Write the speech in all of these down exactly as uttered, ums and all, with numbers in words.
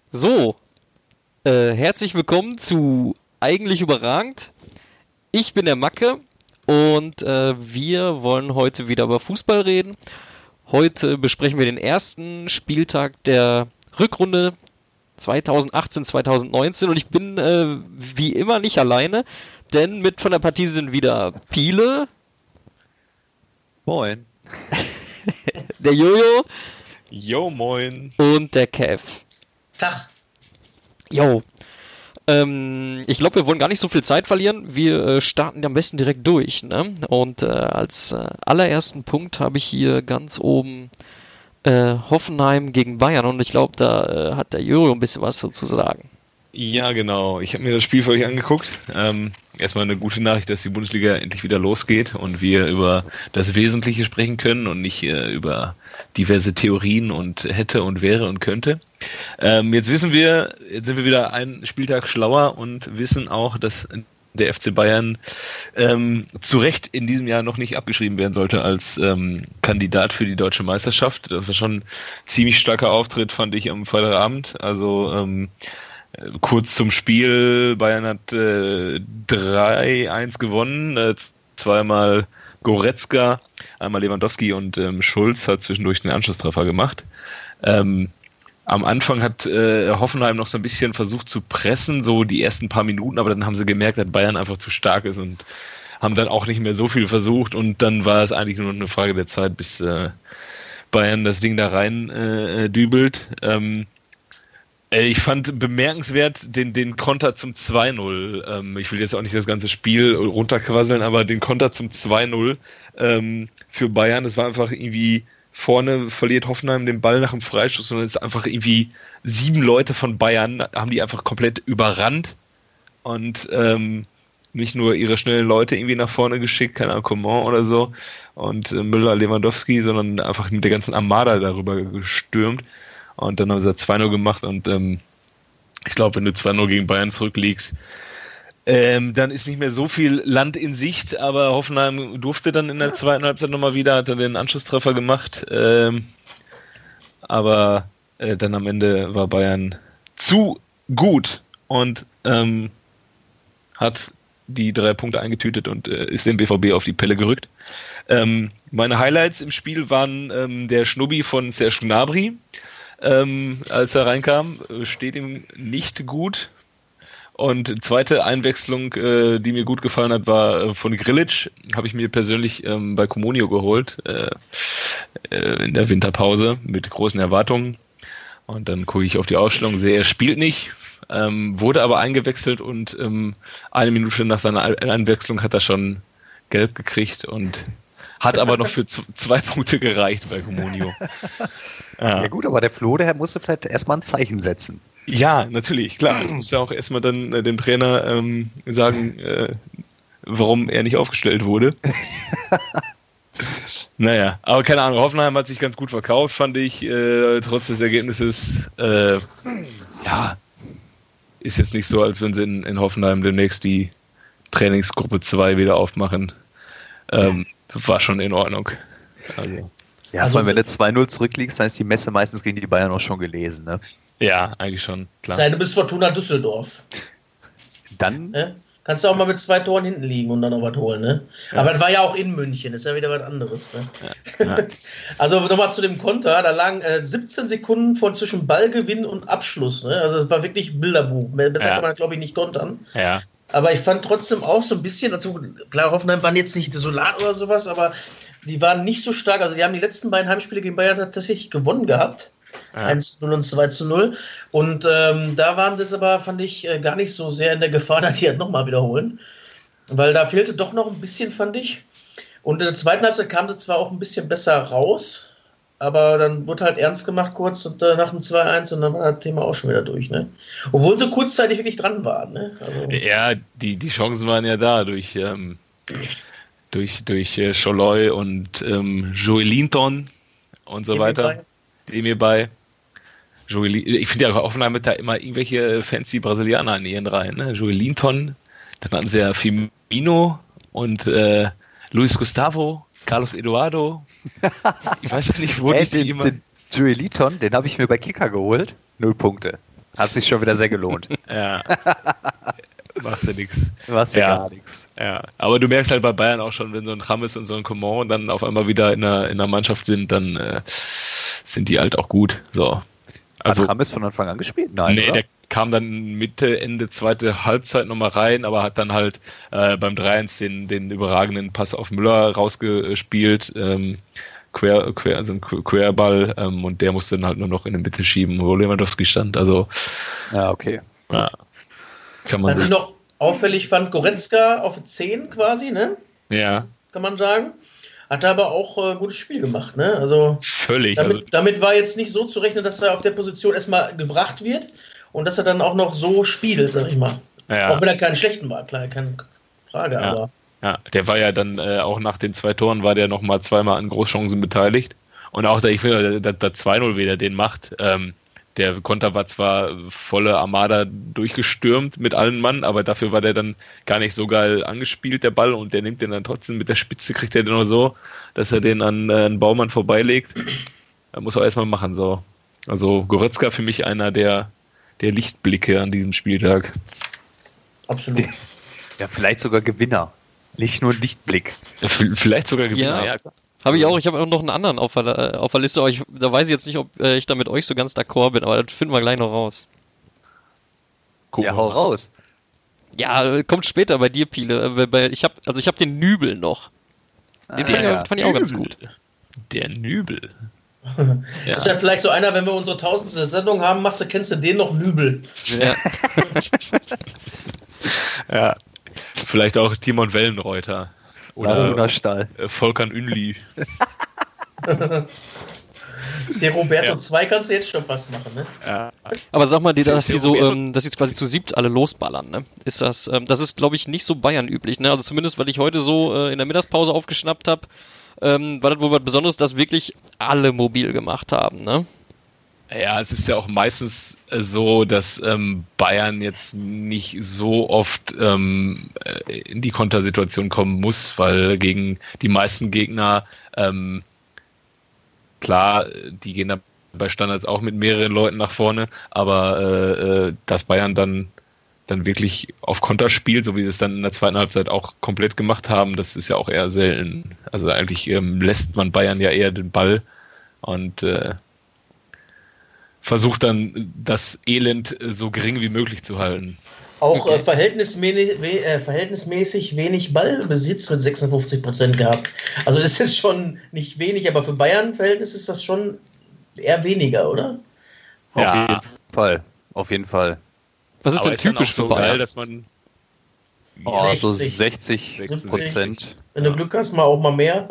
So, äh, herzlich willkommen zu Eigentlich überragend. Ich bin der Macke und äh, wir wollen heute wieder über Fußball reden. Heute besprechen wir den ersten Spieltag der Rückrunde zweitausendachtzehn zweitausendneunzehn und ich bin äh, wie immer nicht alleine, denn mit von der Partie sind wieder Piele, Moin. der Jojo Jo, moin. und der Kev. Tag. Jo. Ähm, ich glaube, wir wollen gar nicht so viel Zeit verlieren. Wir äh, starten am besten direkt durch, ne? Und äh, als äh, allerersten Punkt habe ich hier ganz oben äh, Hoffenheim gegen Bayern und ich glaube, da äh, hat der Juro ein bisschen was dazu zu sagen. Ja, genau. Ich habe mir das Spiel für euch angeguckt. Ähm, erstmal eine gute Nachricht, dass die Bundesliga endlich wieder losgeht und wir über das Wesentliche sprechen können und nicht äh, über diverse Theorien und hätte und wäre und könnte. Ähm, jetzt wissen wir, jetzt sind wir wieder einen Spieltag schlauer und wissen auch, dass der F C Bayern ähm, zu Recht in diesem Jahr noch nicht abgeschrieben werden sollte als ähm, Kandidat für die deutsche Meisterschaft. Das war schon ein ziemlich starker Auftritt, fand ich am Freitagabend. Also ähm, kurz zum Spiel, Bayern hat äh, drei eins gewonnen, äh, zweimal Goretzka, einmal Lewandowski und ähm, Schulz hat zwischendurch den Anschlusstreffer gemacht. Ähm, am Anfang hat äh, Hoffenheim noch so ein bisschen versucht zu pressen, so die ersten paar Minuten, aber dann haben sie gemerkt, dass Bayern einfach zu stark ist und haben dann auch nicht mehr so viel versucht und dann war es eigentlich nur noch eine Frage der Zeit, bis äh, Bayern das Ding da rein äh, dübelt. Ähm, Ich fand bemerkenswert den, den Konter zum zwei null. Ähm, ich will jetzt auch nicht das ganze Spiel runterquasseln, aber den Konter zum zwei null ähm, für Bayern, das war einfach irgendwie, vorne verliert Hoffenheim den Ball nach dem Freistoß und es ist einfach irgendwie sieben Leute von Bayern, haben die einfach komplett überrannt und ähm, nicht nur ihre schnellen Leute irgendwie nach vorne geschickt, keine Ahnung, Coman oder so und äh, Müller, Lewandowski, sondern einfach mit der ganzen Armada darüber gestürmt. Und dann haben sie zwei null gemacht und ähm, ich glaube, wenn du zwei null gegen Bayern zurückliegst, ähm, dann ist nicht mehr so viel Land in Sicht, aber Hoffenheim durfte dann in der zweiten Halbzeit nochmal wieder, hat dann den Anschlusstreffer gemacht, ähm, aber äh, dann am Ende war Bayern zu gut und ähm, hat die drei Punkte eingetütet und äh, ist dem B V B auf die Pelle gerückt. Ähm, meine Highlights im Spiel waren ähm, der Schnubbi von Serge Gnabry. Ähm, als er reinkam, steht ihm nicht gut. Und zweite Einwechslung, äh, die mir gut gefallen hat, war äh, von Grilic. Habe ich mir persönlich ähm, bei Comunio geholt, äh, äh, in der Winterpause mit großen Erwartungen. Und dann gucke ich auf die Ausstellung, sehe, er spielt nicht, ähm, wurde aber eingewechselt und ähm, eine Minute nach seiner Einwechslung hat er schon gelb gekriegt und hat aber noch für z- zwei Punkte gereicht bei Comunio. Ja. ja gut, aber der Flo, der musste vielleicht erstmal ein Zeichen setzen. Ja, natürlich, klar. Ich muss ja auch erstmal dann äh, dem Trainer ähm, sagen, äh, warum er nicht aufgestellt wurde. Naja, aber keine Ahnung, Hoffenheim hat sich ganz gut verkauft, fand ich, äh, trotz des Ergebnisses. Äh, ja, ist jetzt nicht so, als wenn sie in, in Hoffenheim demnächst die Trainingsgruppe zwei wieder aufmachen. Ähm, war schon in Ordnung. Also. Ja, also, vor allem, wenn du zwei null zurückliegst, dann ist die Messe meistens gegen die Bayern auch schon gelesen, ne? Ja, eigentlich schon, klar. Sei du bist Fortuna Düsseldorf. Dann ne? Kannst du auch mal mit zwei Toren hinten liegen und dann noch was holen, ne? Ja. Aber das war ja auch in München, ist ja wieder was anderes, ne? Ja. Ja. Also nochmal zu dem Konter, da lagen äh, siebzehn Sekunden von zwischen Ballgewinn und Abschluss, ne? Also es war wirklich Bilderbuch. Besser ja. kann man, glaube ich, nicht kontern. Ja. Aber ich fand trotzdem auch so ein bisschen, also klar, Hoffenheim waren jetzt nicht desolat oder sowas, aber die waren nicht so stark. Also die haben die letzten beiden Heimspiele gegen Bayern tatsächlich gewonnen gehabt. Ja. eins zu null und zwei zu null. Und ähm, da waren sie jetzt aber, fand ich, äh, gar nicht so sehr in der Gefahr, dass die halt nochmal wiederholen. Weil da fehlte doch noch ein bisschen, fand ich. Und in der zweiten Halbzeit kamen sie zwar auch ein bisschen besser raus, aber dann wurde halt ernst gemacht kurz und äh, nach dem zwei eins und dann war das Thema auch schon wieder durch, ne? Obwohl sie kurzzeitig wirklich dran waren, ne? Also ja, die, die Chancen waren ja da durch, ähm, durch, durch äh, Scholloy und ähm, Joelinton und so Emil weiter. Bei. Emil bei. Joeli, ich finde ja Hoffenheim mit da immer irgendwelche fancy Brasilianer in ihren Reihen, ne? Joelinton, dann hatten sie ja Firmino und äh, Luis Gustavo, Carlos Eduardo. Ich weiß ja nicht, wo hey, die, die den, immer... Den Joelinton, den habe ich mir bei Kicker geholt. Null Punkte. Hat sich schon wieder sehr gelohnt. Ja. Macht ja nichts. Macht ja, ja gar nichts. Ja. Aber du merkst halt bei Bayern auch schon, wenn so ein James und so ein Coman dann auf einmal wieder in der, in der Mannschaft sind, dann äh, sind die halt auch gut. So. Also, hat James von Anfang an gespielt? Nein, nee, oder? Der kam dann Mitte, Ende zweite Halbzeit nochmal rein, aber hat dann halt äh, beim drei eins den, den überragenden Pass auf Müller rausgespielt, ähm, quer, quer, also ein Querball, ähm, und der musste dann halt nur noch in die Mitte schieben, wo Lewandowski stand. Also, ja, okay. Ja, kann man Was ich noch auffällig fand, Goretzka auf zehn quasi, ne? Ja. Kann man sagen. Hat aber auch ein äh, gutes Spiel gemacht, ne? Also völlig. Damit, also, damit war jetzt nicht so zu rechnen, dass er auf der Position erstmal gebracht wird und dass er dann auch noch so spielt, sag ich mal. Ja. Auch wenn er keinen schlechten war, klar, keine Frage, ja. aber. Ja, der war ja dann äh, auch nach den zwei Toren war der nochmal zweimal an Großchancen beteiligt. Und auch, der, ich finde, der, der zwei null, wie der den macht, ähm, der Konter war zwar volle Armada durchgestürmt mit allen Mann, aber dafür war der dann gar nicht so geil angespielt, der Ball, und der nimmt den dann trotzdem mit der Spitze, kriegt er den nur so, dass er den an äh, einen Baumann vorbeilegt. Da muss er erstmal machen, so. Also Goretzka für mich einer der, der Lichtblicke an diesem Spieltag. Absolut. Ja, vielleicht sogar Gewinner. Nicht nur Lichtblick. Ja, vielleicht sogar Gewinner, Ja. ja. Habe ich auch. Ich habe auch noch einen anderen auf der, auf der Liste, aber ich, da weiß ich jetzt nicht, ob äh, ich da mit euch so ganz d'accord bin, aber das finden wir gleich noch raus. Gucken Ja, wir hau mal. raus. Ja, kommt später bei dir, Piele. Äh, bei, ich hab, also ich habe den Nübel noch. Den Ah, fand, ich, ja. fand ich auch ganz gut. Der Nübel. Ja. Ist ja vielleicht so einer, wenn wir unsere tausendste Sendung haben, machst du, kennst du den noch Nübel. Ja. Ja. Vielleicht auch Timon Wellenreuter. Lars Oder Unnerstall. äh, Volkan Ünli. C. Roberto Ja. zwei kannst du jetzt schon fast machen, ne? Ja. Aber sag mal, die, dass die so, Roberto- ähm, dass die quasi zu siebt alle losballern, ne? Ist das, ähm, das ist, glaube ich, nicht so Bayern üblich, ne? Also zumindest, weil ich heute so äh, in der Mittagspause aufgeschnappt habe, ähm, war das wohl was Besonderes, dass wirklich alle mobil gemacht haben, ne? Ja, es ist ja auch meistens äh, so, dass ähm, Bayern jetzt nicht so oft ähm, äh, in die Kontersituation kommen muss, weil gegen die meisten Gegner, ähm, klar, die gehen da bei Standards auch mit mehreren Leuten nach vorne, aber äh, äh, dass Bayern dann, dann wirklich auf Konter spielt, so wie sie es dann in der zweiten Halbzeit auch komplett gemacht haben, das ist ja auch eher selten. Also eigentlich ähm, lässt man Bayern ja eher den Ball und äh, versucht dann, das Elend so gering wie möglich zu halten. Auch Okay. äh, verhältnismäßig, we, äh, verhältnismäßig wenig Ballbesitz mit sechsundfünfzig Prozent gehabt. Also ist es schon nicht wenig, aber für Bayern-Verhältnis ist das schon eher weniger, oder? Auf Ja. jeden Fall. Auf jeden Fall. Was ist Aber denn ist dann typisch auch so für Bayern? geil, dass man Oh, so sechzig, sechzig Prozent. Wenn du Glück hast, mal auch mal mehr.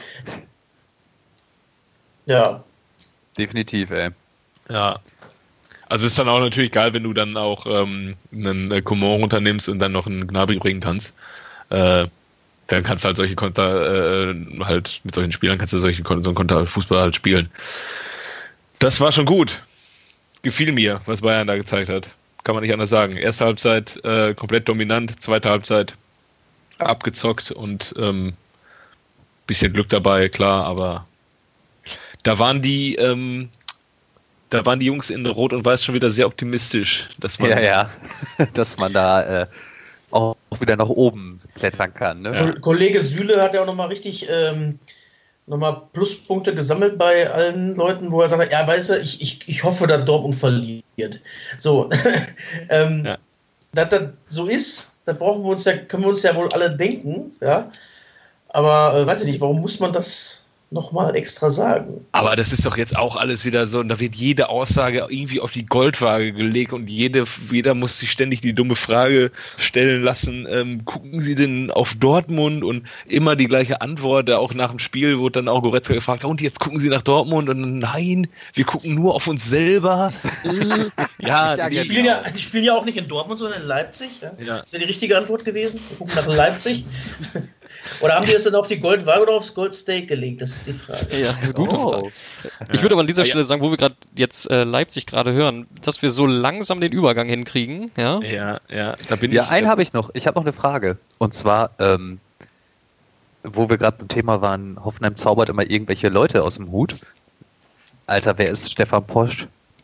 Ja. Definitiv, ey. ja. Also ist dann auch natürlich geil, wenn du dann auch ähm, einen äh, Coman runternimmst und dann noch einen Gnabry bringen kannst. Äh, dann kannst du halt solche Konter, äh, halt mit solchen Spielern kannst du solche Kon- so einen Konterfußball halt spielen. Das war schon gut. Gefiel mir, was Bayern da gezeigt hat. Kann man nicht anders sagen. Erste Halbzeit äh, komplett dominant, zweite Halbzeit abgezockt und ähm, bisschen Glück dabei, klar, aber da waren die ähm, da waren die Jungs in Rot und Weiß schon wieder sehr optimistisch, dass man Ja, ja. Dass man da äh, auch wieder nach oben klettern kann. Ne? Ja. Ko- Kollege Süle hat ja auch nochmal richtig ähm, nochmal Pluspunkte gesammelt bei allen Leuten, wo er sagt, ja, weißt du, ich, ich, ich hoffe, dass Dortmund verliert. So, ähm, Ja. dass das so ist, das brauchen wir uns ja, können wir uns ja wohl alle denken, ja. Aber äh, weiß ich nicht, warum muss man das nochmal extra sagen? Aber das ist doch jetzt auch alles wieder so, und da wird jede Aussage irgendwie auf die Goldwaage gelegt und jede, jeder muss sich ständig die dumme Frage stellen lassen, ähm, gucken Sie denn auf Dortmund? Und immer die gleiche Antwort, auch nach dem Spiel wurde dann auch Goretzka gefragt, und jetzt gucken Sie nach Dortmund? Und nein, wir gucken nur auf uns selber. ja, Ja, Die genau. spielen ja, die spielen ja auch nicht in Dortmund, sondern in Leipzig. Ja? Ja. Das wäre die richtige Antwort gewesen. Wir gucken nach Leipzig. Oder haben die es dann auf die Goldwaage oder aufs Goldsteak gelegt? Das ist die Frage. Ja, das ist eine gute Oh. Frage. Ich würde aber an dieser Ja. Stelle sagen, wo wir gerade jetzt äh, Leipzig gerade hören, dass wir so langsam den Übergang hinkriegen, ja? Ja, ja, da bin Ja, ich. einen habe ich noch. Ich habe noch eine Frage. Und zwar, ähm, wo wir gerade beim Thema waren, Hoffenheim zaubert immer irgendwelche Leute aus dem Hut. Alter, wer ist Stefan Posch?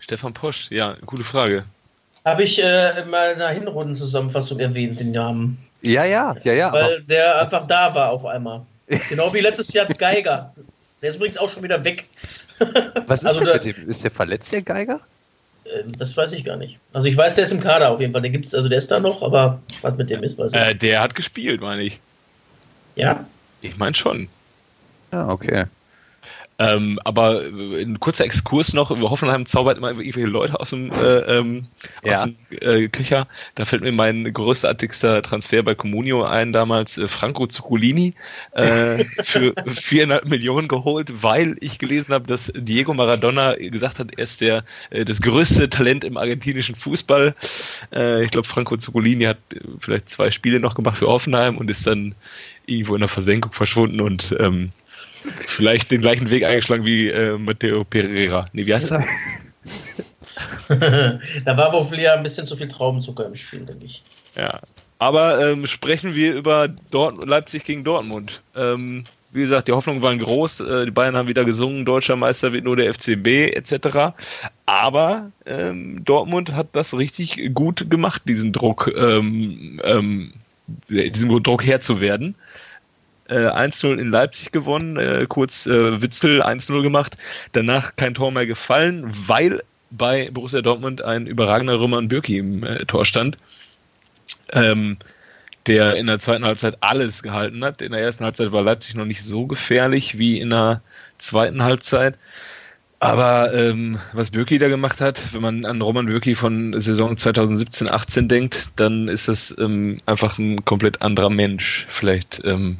Stefan Posch, ja, gute Frage. Habe ich äh, in meiner Hinrundenzusammenfassung erwähnt, den Namen. Ja, ja, ja, ja. Weil der einfach da war auf einmal. Genau wie letztes Jahr Geiger. Der ist übrigens auch schon wieder weg. Was ist also denn der, mit dem? Ist der verletzt, der Geiger? Äh, das weiß ich gar nicht. Also ich weiß, der ist im Kader auf jeden Fall. Der gibt's, also der ist da noch, aber was mit dem ist, weiß ich nicht. Äh, der hat gespielt, meine ich. Ja? Ich meine schon. Ja, okay. Ähm, aber ein kurzer Exkurs noch, über Hoffenheim zaubert immer irgendwelche Leute aus dem, äh, ähm, ja. aus dem äh, Köcher. Da fällt mir mein großartigster Transfer bei Comunio ein, damals äh, Franco Zuccolini äh, für viereinhalb Millionen geholt, weil ich gelesen habe, dass Diego Maradona gesagt hat, er ist der, äh, das größte Talent im argentinischen Fußball. Äh, ich glaube, Franco Zuccolini hat vielleicht zwei Spiele noch gemacht für Hoffenheim und ist dann irgendwo in der Versenkung verschwunden und ähm, vielleicht den gleichen Weg eingeschlagen wie äh, Matteo Pereira. Nee, wie heißt er? Da war wohl ja ein bisschen zu viel Traubenzucker im Spiel, denke ich. Ja. Aber ähm, sprechen wir über Dort- Leipzig gegen Dortmund. Ähm, wie gesagt, die Hoffnungen waren groß. Äh, die Bayern haben wieder gesungen, Deutscher Meister wird nur der F C B et cetera. Aber ähm, Dortmund hat das richtig gut gemacht, diesen Druck, ähm, ähm, diesem Druck Herr zu werden. Äh, eins null in Leipzig gewonnen, äh, kurz äh, Witzel eins null gemacht, danach kein Tor mehr gefallen, weil bei Borussia Dortmund ein überragender Roman Bürki im äh, Tor stand, ähm, der in der zweiten Halbzeit alles gehalten hat. In der ersten Halbzeit war Leipzig noch nicht so gefährlich wie in der zweiten Halbzeit. Aber ähm, was Bürki da gemacht hat, wenn man an Roman Bürki von Saison zwanzig siebzehn achtzehn denkt, dann ist das ähm, einfach ein komplett anderer Mensch. Vielleicht ähm,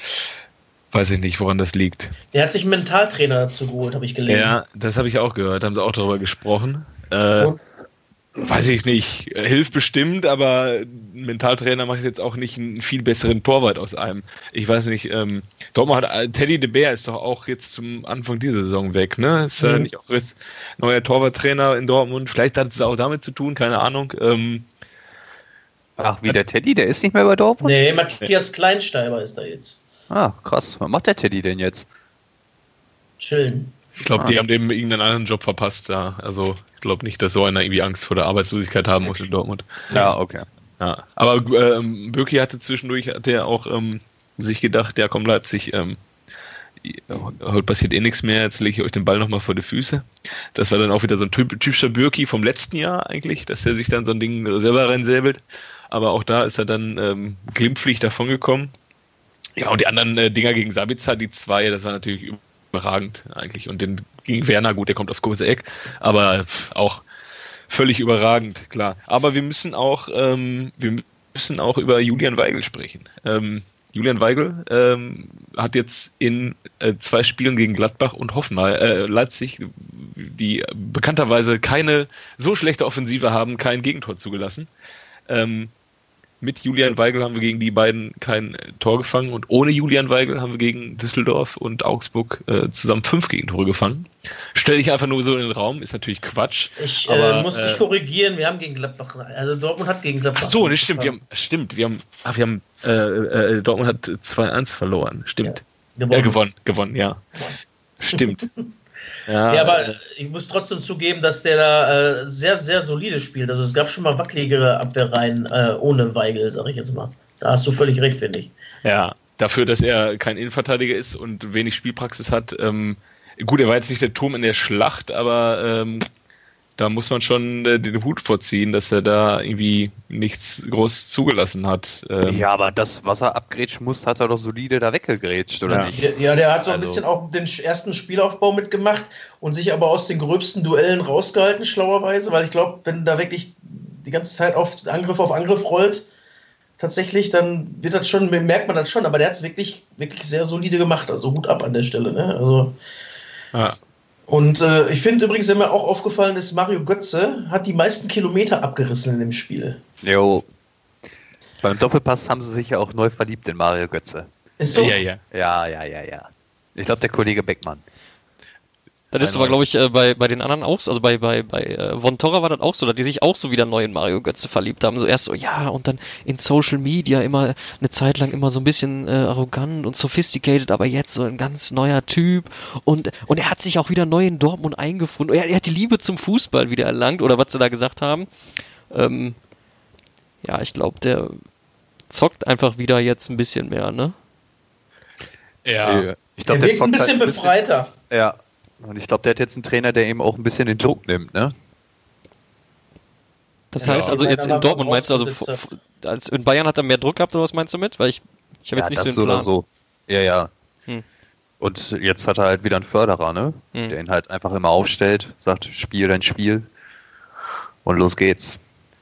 weiß ich nicht, woran das liegt. Der hat sich einen Mentaltrainer dazu geholt, habe ich gelesen. Ja, das habe ich auch gehört, haben sie auch darüber gesprochen. Äh, weiß ich nicht, hilft bestimmt, aber ein Mentaltrainer macht jetzt auch nicht einen viel besseren Torwart aus einem. Ich weiß nicht, ähm, Dortmund hat, Teddy de Beer ist doch auch jetzt zum Anfang dieser Saison weg, ne? Ist ja mhm. nicht auch jetzt neuer Torwarttrainer in Dortmund, vielleicht hat es auch damit zu tun, keine Ahnung. Ähm, Ach, wie der Teddy, der ist nicht mehr bei Dortmund? Nee, Matthias Kleinsteiber ist da jetzt. Ah, krass. Was macht der Teddy denn jetzt? Chillen. Ich glaube, ah. die haben dem irgendeinen anderen Job verpasst. Ja. Also ich glaube nicht, dass so einer irgendwie Angst vor der Arbeitslosigkeit haben muss in Dortmund. Ja, okay. Ja. Aber ähm, Bürki hatte zwischendurch hat er auch ähm, sich gedacht, ja komm Leipzig, ähm, heute passiert eh nichts mehr, jetzt lege ich euch den Ball nochmal vor die Füße. Das war dann auch wieder so ein typ, typischer Bürki vom letzten Jahr eigentlich, dass er sich dann so ein Ding selber reinsäbelt. Aber auch da ist er dann ähm, glimpflich davongekommen. Ja, und die anderen äh, Dinger gegen Sabitzer, die zwei, das war natürlich überragend eigentlich. Und den gegen Werner, gut, der kommt aufs große Eck, aber auch völlig überragend, klar. Aber wir müssen auch, ähm, wir müssen auch über Julian Weigl sprechen. Ähm, Julian Weigl ähm, hat jetzt in äh, zwei Spielen gegen Gladbach und Hoffenheim, äh, Leipzig, die bekannterweise keine so schlechte Offensive haben, kein Gegentor zugelassen. Ähm, Mit Julian Weigl haben wir gegen die beiden kein Tor gefangen und ohne Julian Weigl haben wir gegen Düsseldorf und Augsburg äh, zusammen fünf Gegentore gefangen. Stell dich einfach nur so in den Raum, ist natürlich Quatsch. Ich aber, äh, muss dich äh, korrigieren, wir haben gegen Gladbach, also Dortmund hat gegen Gladbach. Ach so, das stimmt, wir haben, stimmt, wir haben, ach, wir haben äh, äh, Dortmund hat zwei eins verloren, stimmt. Ja, gewonnen. Ja, gewonnen, gewonnen, ja. Stimmt. Ja, ja, aber ich muss trotzdem zugeben, dass der da äh, sehr, sehr solide spielt. Also es gab schon mal wackeligere Abwehrreihen äh, ohne Weigl, sag ich jetzt mal. Da hast du völlig recht, finde ich. Ja, dafür, dass er kein Innenverteidiger ist und wenig Spielpraxis hat. Ähm, gut, er war jetzt nicht der Turm in der Schlacht, aber ähm, da muss man schon äh, den Hut vorziehen, dass er da irgendwie nichts groß zugelassen hat. Ähm, ja, aber das, was er abgrätschen muss, hat er doch solide da weggegrätscht, oder ja. nicht? Ja, der hat so ein also. bisschen auch den ersten Spielaufbau mitgemacht und sich aber aus den gröbsten Duellen rausgehalten, schlauerweise, weil ich glaube, wenn da wirklich die ganze Zeit auf Angriff auf Angriff rollt, tatsächlich, dann wird das schon, merkt man das schon, aber der hat es wirklich, wirklich sehr solide gemacht, also Hut ab an der Stelle, ne? Also. Ja. Und äh, ich finde übrigens, wenn mir auch aufgefallen ist, Mario Götze hat die meisten Kilometer abgerissen in dem Spiel. Jo. Beim Doppelpass haben sie sich ja auch neu verliebt in Mario Götze. Ist so? Ja, ja. Ja, ja, ja, ja. Ich glaube, der Kollege Beckmann. Das ist aber, glaube ich, äh, bei, bei den anderen auch so, also bei, bei, bei äh, Von Torra war das auch so, dass die sich auch so wieder neu in Mario Götze verliebt haben. So erst so, ja, und dann in Social Media immer eine Zeit lang immer so ein bisschen äh, arrogant und sophisticated, aber jetzt so ein ganz neuer Typ. Und, und er hat sich auch wieder neu in Dortmund eingefunden. Er, er hat die Liebe zum Fußball wieder erlangt, oder was sie da gesagt haben. Ähm, ja, ich glaube, der zockt einfach wieder jetzt ein bisschen mehr, ne? Ja. Ich glaub, der wirkt ein zockt bisschen halt befreiter. Ja. Und ich glaube, der hat jetzt einen Trainer, der eben auch ein bisschen den Druck nimmt, ne? Das Ja, heißt also ich jetzt meine, in Dortmund meinst du, also rausgesetzt f- f- als in Bayern hat er mehr Druck gehabt, oder was meinst du mit? Weil ich, ich habe Ja, jetzt nicht das so den oder Plan. so. Ja, ja. Hm. Und jetzt hat er halt wieder einen Förderer, ne? Hm. Der ihn halt einfach immer aufstellt, sagt, spiel dein Spiel und los geht's.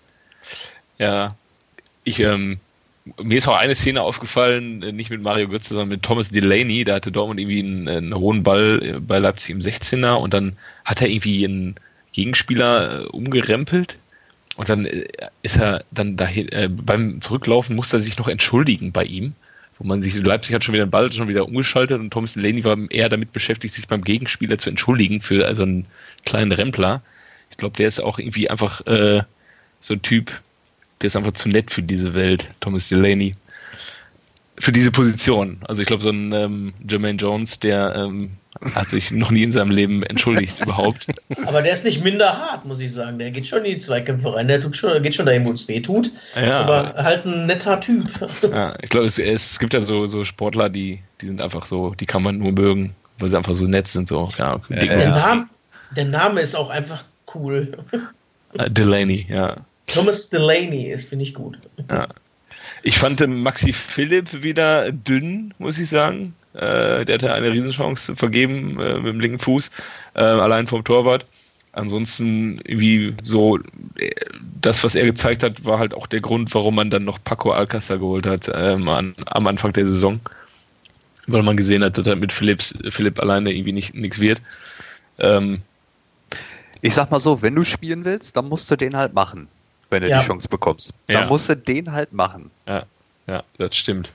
Ja. Ich, ähm, mir ist auch eine Szene aufgefallen, nicht mit Mario Götze, sondern mit Thomas Delaney. Da hatte Dortmund irgendwie einen, einen hohen Ball bei Leipzig im sechzehner und dann hat er irgendwie einen Gegenspieler äh, umgerempelt und dann äh, ist er dann dahin, äh, beim Zurücklaufen musste er sich noch entschuldigen bei ihm, wo man sich, Leipzig hat schon wieder den Ball schon wieder umgeschaltet und Thomas Delaney war eher damit beschäftigt, sich beim Gegenspieler zu entschuldigen für also einen kleinen Rempler. Ich glaube, der ist auch irgendwie einfach äh, so ein Typ, der ist einfach zu nett für diese Welt, Thomas Delaney. Für diese Position. Also ich glaube, so ein ähm, Jermaine Jones, der ähm, hat sich noch nie in seinem Leben entschuldigt überhaupt. Aber der ist nicht minder hart, muss ich sagen. Der geht schon in die Zweikämpfe rein. Der tut schon, geht schon dahin, wo es weh tut. Ja, ist aber halt ein netter Typ. Ja, ich glaube, es, es gibt ja so, so Sportler, die, die sind einfach so, die kann man nur mögen, weil sie einfach so nett sind. So. Ja, Ja, Der, ja. Name, der Name ist auch einfach cool. Äh, Delaney, ja. Thomas Delaney ist, finde ich gut. Ja. Ich fand den Maxi Philipp wieder dünn, muss ich sagen. Äh, der hatte eine Riesenchance vergeben äh, mit dem linken Fuß, äh, allein vom Torwart. Ansonsten irgendwie so, äh, das, was er gezeigt hat, war halt auch der Grund, warum man dann noch Paco Alcácer geholt hat ähm, an, am Anfang der Saison. Weil man gesehen hat, dass er mit Philipps, Philipp alleine irgendwie nicht nichts wird. Ähm, Ich sag mal so, wenn du spielen willst, dann musst du den halt machen, wenn du Ja. die Chance bekommst. Dann Ja. musst du den halt machen. ja, ja, das stimmt.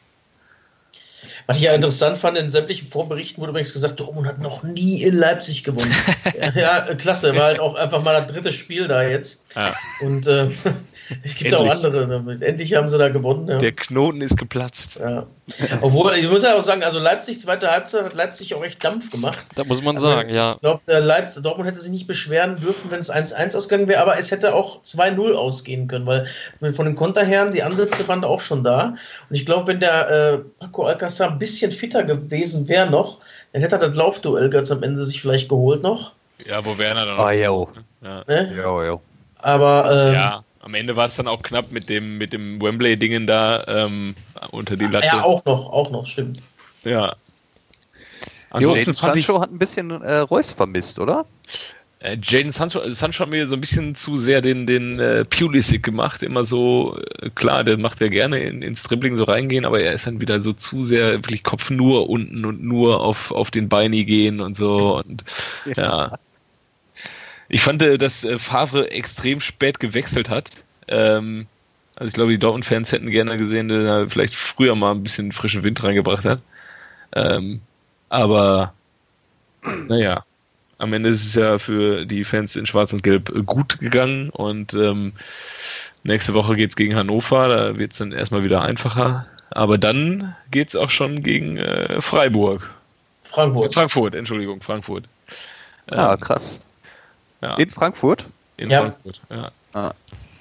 Was ich ja interessant fand, in sämtlichen Vorberichten wurde übrigens gesagt, Dortmund hat noch nie in Leipzig gewonnen. ja, ja, klasse, war halt auch einfach mal das dritte Spiel da jetzt. Ja. Und äh, es gibt Endlich. auch andere. Ne? Endlich haben sie da gewonnen. Ja. Der Knoten ist geplatzt. Ja. Obwohl, ich muss ja auch sagen, also Leipzig, zweite Halbzeit, hat Leipzig auch echt Dampf gemacht. Da muss man Also, sagen, ja. Ich glaube, Leipzig, Dortmund hätte sich nicht beschweren dürfen, wenn es eins eins ausgegangen wäre, aber es hätte auch zwei null ausgehen können, weil von den Konterherren, die Ansätze waren auch schon da. Und ich glaube, wenn der äh, Paco Alcácer ein bisschen fitter gewesen wäre noch, dann hätte er das Laufduell ganz am Ende sich vielleicht geholt noch. Ja, wo Werner dann Ah, auch. jo. Ja. Ne? Jo, jo. Aber ähm, Ja, am Ende war es dann auch knapp mit dem, mit dem Wembley-Dingen da ähm, unter die Latte. ja, auch noch, auch noch, stimmt. Ja. Jadon Ansonsten fand ich, Sancho hat ein bisschen äh, Reus vermisst, oder? äh, Jadon Sancho, Sancho hat mir so ein bisschen zu sehr den, den äh, Pulisic gemacht. Immer so, äh, klar, der macht ja gerne in, ins Dribbling so reingehen, aber er ist dann wieder so zu sehr wirklich Kopf nur unten und nur auf, auf den Beini gehen und so. Und ja. Ich fand, äh, dass äh, Favre extrem spät gewechselt hat. Ähm, also ich glaube, die Dortmund-Fans hätten gerne gesehen, dass er vielleicht früher mal ein bisschen frischen Wind reingebracht hat. Ähm, aber naja, am Ende ist es ja für die Fans in Schwarz und Gelb gut gegangen und ähm, nächste Woche geht es gegen Hannover, da wird es dann erstmal wieder einfacher. Aber dann geht es auch schon gegen äh, Freiburg. Frankfurt. Frankfurt, Entschuldigung, Frankfurt. Ah, Ähm, krass. ja, In Frankfurt? in Ja. Frankfurt, ja. Ah.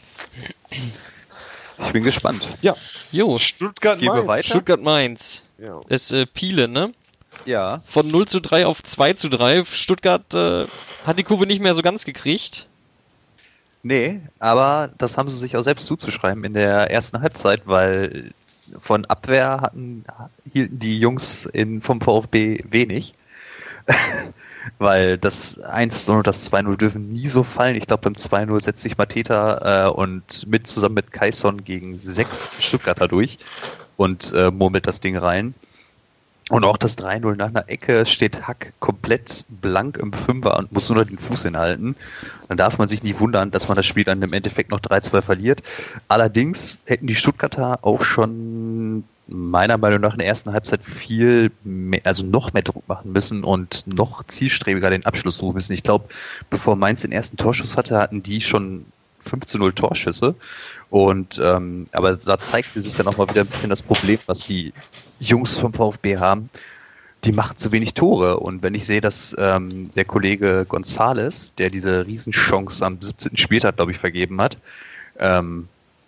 Ich bin gespannt. Jo, Stuttgart Gehen wir Mainz. weiter? Stuttgart-Mainz. Ja. Ist äh, Piele, ne? Ja. Von null zu drei auf zwei zu drei. Stuttgart äh, hat die Kurve nicht mehr so ganz gekriegt. Nee, aber das haben sie sich auch selbst zuzuschreiben in der ersten Halbzeit, weil von Abwehr hatten, hielten die Jungs in, vom VfB wenig. Weil das eins null und das zwei null dürfen nie so fallen. Ich glaube, beim zwei null setzt sich Mateta äh, und mit zusammen mit Kaison gegen sechs Stuttgarter durch und äh, murmelt das Ding rein. Und auch das drei null nach einer Ecke steht Hack komplett blank im Fünfer und muss nur noch den Fuß hinhalten. Dann darf man sich nicht wundern, dass man das Spiel dann im Endeffekt noch drei zwei verliert. Allerdings hätten die Stuttgarter auch schon meiner Meinung nach in der ersten Halbzeit viel mehr, also noch mehr Druck machen müssen und noch zielstrebiger den Abschluss suchen müssen. Ich glaube, bevor Mainz den ersten Torschuss hatte, hatten die schon fünf zu null Torschüsse. Und ähm, aber da zeigt sich dann auch mal wieder ein bisschen das Problem, was die Jungs vom VfB haben. Die machen zu wenig Tore. Und wenn ich sehe, dass ähm, der Kollege González, der diese Riesenchance am siebzehnten Spieltag, glaube ich, vergeben hat, ähm,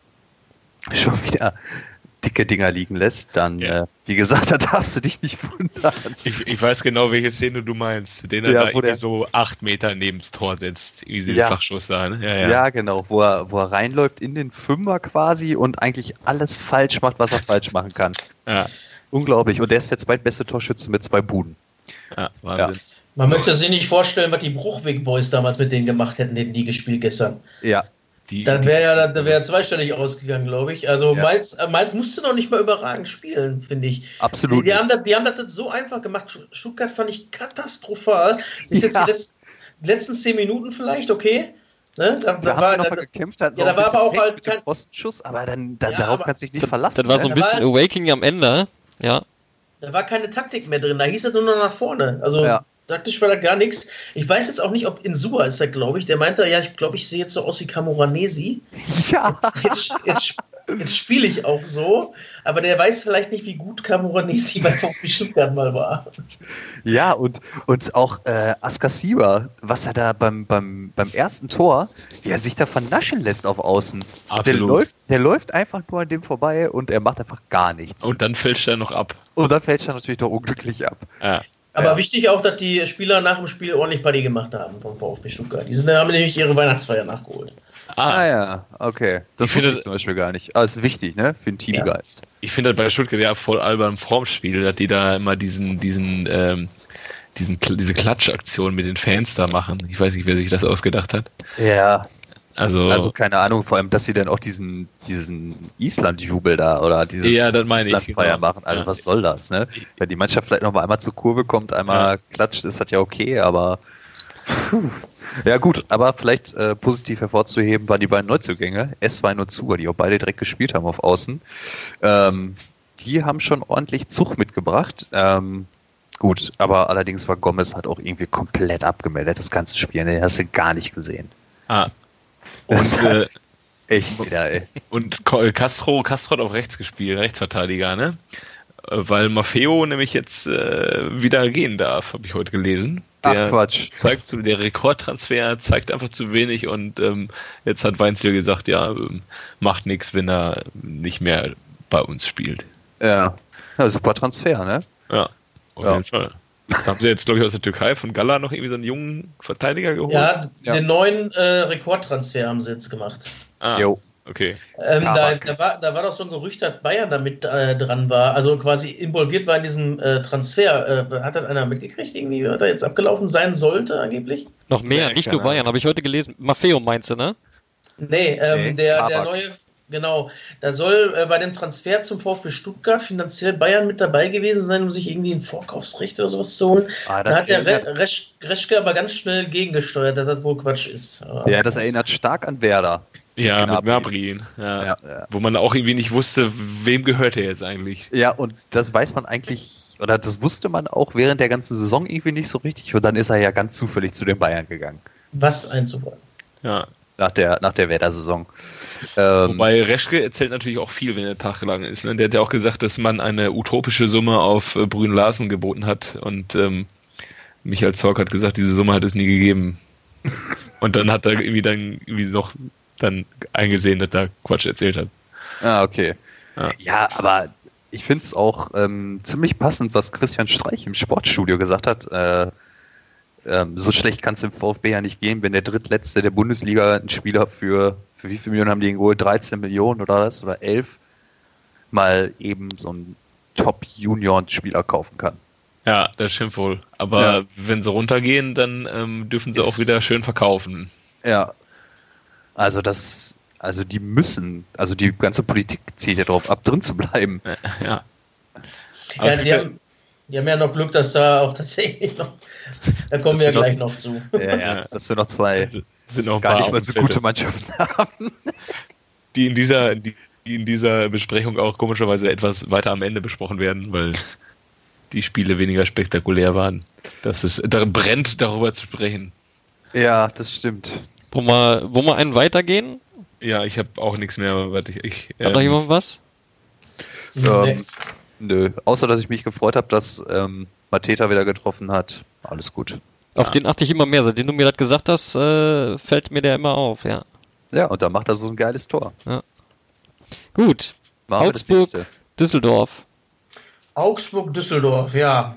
schon wieder dicke Dinger liegen lässt, dann, ja. äh, wie gesagt, da darfst du dich nicht wundern. Ich, ich weiß genau, welche Szene du meinst. Den er Ja, da wo irgendwie der- so acht Meter neben das Tor setzt. Irgendwie diesen Ja. Flachschuss da, ne? Ja, Ja, ja. genau, wo er, wo er reinläuft in den Fünfer quasi und eigentlich alles falsch macht, was er falsch machen kann. Ja, Unglaublich. Und der ist der zweitbeste Torschütze mit zwei Buden. ja, Wahnsinn. Man möchte sich nicht vorstellen, was die Bruchweg-Boys damals mit denen gemacht hätten, hätten die gespielt gestern. Ja. Die, Dann wäre ja da wäre zweistellig ausgegangen, glaube ich. Also Ja. Mainz, äh, Mainz musste noch nicht mal überragend spielen, finde ich. Absolut Die, die, haben nicht. das, die haben das so einfach gemacht. Stuttgart fand ich katastrophal. Ist jetzt Ja. die letzten, die letzten zehn Minuten vielleicht, okay. Ne? Da, Da da haben war, sie noch da, mal gekämpft, hatten ja, sie da war ein bisschen aber auch Pech halt mit dem kein- Pfostenschuss, aber dann, dann Ja, darauf aber- kannst du dich nicht verlassen. Das war so ein Da war bisschen halt- Awakening am Ende. Ja. da war keine Taktik mehr drin. Da hieß es nur noch nach vorne. Also Ja. taktisch war da gar nichts. Ich weiß jetzt auch nicht, ob Insua ist da, glaube ich. Der meinte, ja, ich glaube, ich sehe jetzt so aus wie Camoranesi. Ja. Jetzt, jetzt, jetzt spiele ich auch so, aber der weiß vielleicht nicht, wie gut Camoranesi bei VfB Stuttgart mal war. Ja, und, und auch äh, Askasiba, was er da beim, beim, beim ersten Tor, wie er sich da vernaschen lässt auf Außen. Der Absolut. läuft, der läuft einfach nur an dem vorbei und er macht einfach gar nichts. Und dann fälscht er noch ab. Und dann fällt er natürlich doch unglücklich ab. Ja. Aber Ja. wichtig auch, dass die Spieler nach dem Spiel ordentlich Party gemacht haben vom VfB Stuttgart. Die sind, haben nämlich ihre Weihnachtsfeier nachgeholt. Ah Ah, ja, okay. Das Ich wusste finde- ich zum Beispiel gar nicht. Aber ist wichtig, ne? Für den Teamgeist. ich finde das bei Stuttgart ja voll albern vorm Spiel, dass die da immer diesen, diesen, ähm, diesen, diese Klatschaktion mit den Fans da machen. Ich weiß nicht, wer sich das ausgedacht hat. Ja. Also, Also keine Ahnung, vor allem, dass sie dann auch diesen, diesen Island-Jubel da oder dieses Ja, das meine ich, Island-Feier genau. machen. Also Ja. was soll das, ne? Wenn die Mannschaft vielleicht noch mal einmal zur Kurve kommt, einmal klatscht, ist das ja okay, aber puh. Ja gut, aber vielleicht äh, positiv hervorzuheben waren die beiden Neuzugänge, Esswein und Zuger, die auch beide direkt gespielt haben auf Außen. Ähm, die haben schon ordentlich Zug mitgebracht. Ähm, gut, aber allerdings war Gomez halt auch irgendwie komplett abgemeldet, das ganze Spiel. Den hast du gar nicht gesehen. ah. Und, äh, Echt wieder, ey. und Ko- Castro, Castro hat auf rechts gespielt, Rechtsverteidiger, ne? Äh, Weil Maffeo nämlich jetzt äh, wieder gehen darf, habe ich heute gelesen. Der Ach Quatsch. zeigt zu, der Rekordtransfer zeigt einfach zu wenig und ähm, jetzt hat Weinziel gesagt, ja, ähm, macht nichts, wenn er nicht mehr bei uns spielt. Ja. Ja, super Transfer, ne? Ja, auf Ja. jeden Fall. Da haben sie jetzt, glaube ich, aus der Türkei von Gala noch irgendwie so einen jungen Verteidiger geholt. Ja, Ja. den neuen äh, Rekordtransfer haben sie jetzt gemacht. Ah, Jo. okay. Ähm, da, Tabak. da, war, da war doch so ein Gerücht, dass Bayern da mit äh, dran war, also quasi involviert war in diesem äh, Transfer. Äh, hat das einer mitgekriegt, irgendwie, was da jetzt abgelaufen sein sollte, angeblich? Noch mehr, Nee, nicht keine nur Bayern, habe ich heute gelesen. Maffeo meinst du, ne? Nee, ähm, Nee, der, der Tabak. neue, genau, da soll äh, bei dem Transfer zum VfB Stuttgart finanziell Bayern mit dabei gewesen sein, um sich irgendwie ein Vorkaufsrecht oder sowas zu holen. Ah, Da das hat der erinnert, Re Resch Reschke aber ganz schnell gegengesteuert, dass das wohl Quatsch ist. ja, das erinnert stark an Werder. Ja, mit Gnabry. Gnabry. Ja. Ja, ja. Wo man auch irgendwie nicht wusste, wem gehört er jetzt eigentlich. Ja, und das weiß man eigentlich, oder das wusste man auch während der ganzen Saison irgendwie nicht so richtig. Und dann ist er ja ganz zufällig zu den Bayern gegangen. Was einzuwollen. Ja. Nach der, nach der Werder-Saison. Ähm, Wobei Reschke erzählt natürlich auch viel, wenn er tagelang ist. Ne? Der hat ja auch gesagt, dass man eine utopische Summe auf äh, Brünn Larsen geboten hat. Und ähm, Michael Zorc hat gesagt, diese Summe hat es nie gegeben. Und dann hat er irgendwie dann irgendwie noch dann eingesehen, dass er Quatsch erzählt hat. ah, okay. Ja. Ja, aber ich finde es auch ähm, ziemlich passend, was Christian Streich im Sportstudio gesagt hat. Äh, ähm, so schlecht kann es im VfB ja nicht gehen, wenn der Drittletzte der Bundesliga einen Spieler für, für wie viele Millionen haben die ihn geholt? dreizehn Millionen oder was? Oder elf? Mal eben so einen Top-Junior-Spieler kaufen kann. Ja, das stimmt wohl. Aber Ja. wenn sie runtergehen, dann ähm, dürfen sie Ist- auch wieder schön verkaufen. Ja. Also das, also die müssen, also die ganze Politik zielt ja drauf ab, drin zu bleiben. Ja. Aber Ja, es die, gibt haben, die haben ja noch Glück, dass da auch tatsächlich noch. Da kommen Das wir ja wird gleich noch zu. Ja, ja, dass wir noch zwei ja, sind noch ein gar paar nicht mal so Außenseiter, gute Mannschaften haben. die in dieser, die in dieser Besprechung auch komischerweise etwas weiter am Ende besprochen werden, weil die Spiele weniger spektakulär waren. Das ist, da brennt, darüber zu sprechen. Ja, das stimmt. Wo wir, wo wir einen weitergehen? Ja, ich habe auch nichts mehr. Warte, ich, ich, Hat noch ähm, jemand was? Ähm, nö, außer dass ich mich gefreut habe, dass ähm, Mateta wieder getroffen hat. Alles gut. Auf Ja. den achte ich immer mehr. Seitdem du mir das gesagt hast, äh, fällt mir der immer auf, ja. Ja, und dann macht er so ein geiles Tor. Gut. Machen wir das Augsburg, nächste. Düsseldorf. Augsburg-Düsseldorf, ja.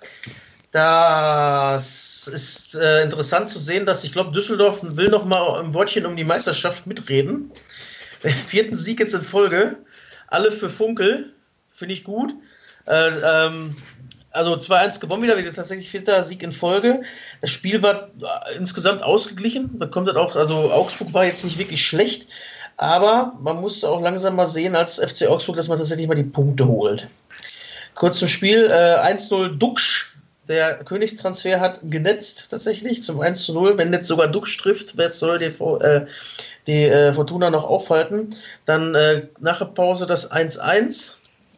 Das ist äh, interessant zu sehen, dass ich glaube, Düsseldorf will noch mal ein Wortchen um die Meisterschaft mitreden. Den vierten Sieg jetzt in Folge. Alle für Funkel. Finde ich gut. Äh, ähm, also zwei eins gewonnen wieder, wieder tatsächlich vierter Sieg in Folge. Das Spiel war äh, insgesamt ausgeglichen. Da kommt das auch, also Augsburg war jetzt nicht wirklich schlecht. Aber man muss auch langsam mal sehen als F C Augsburg, dass man tatsächlich mal die Punkte holt. Kurz zum Spiel, äh, eins null Duxch, der Königstransfer hat genetzt tatsächlich zum eins zu null, wenn jetzt sogar Duxch trifft, wer soll die, äh, die äh, Fortuna noch aufhalten. Dann äh, nach der Pause das eins eins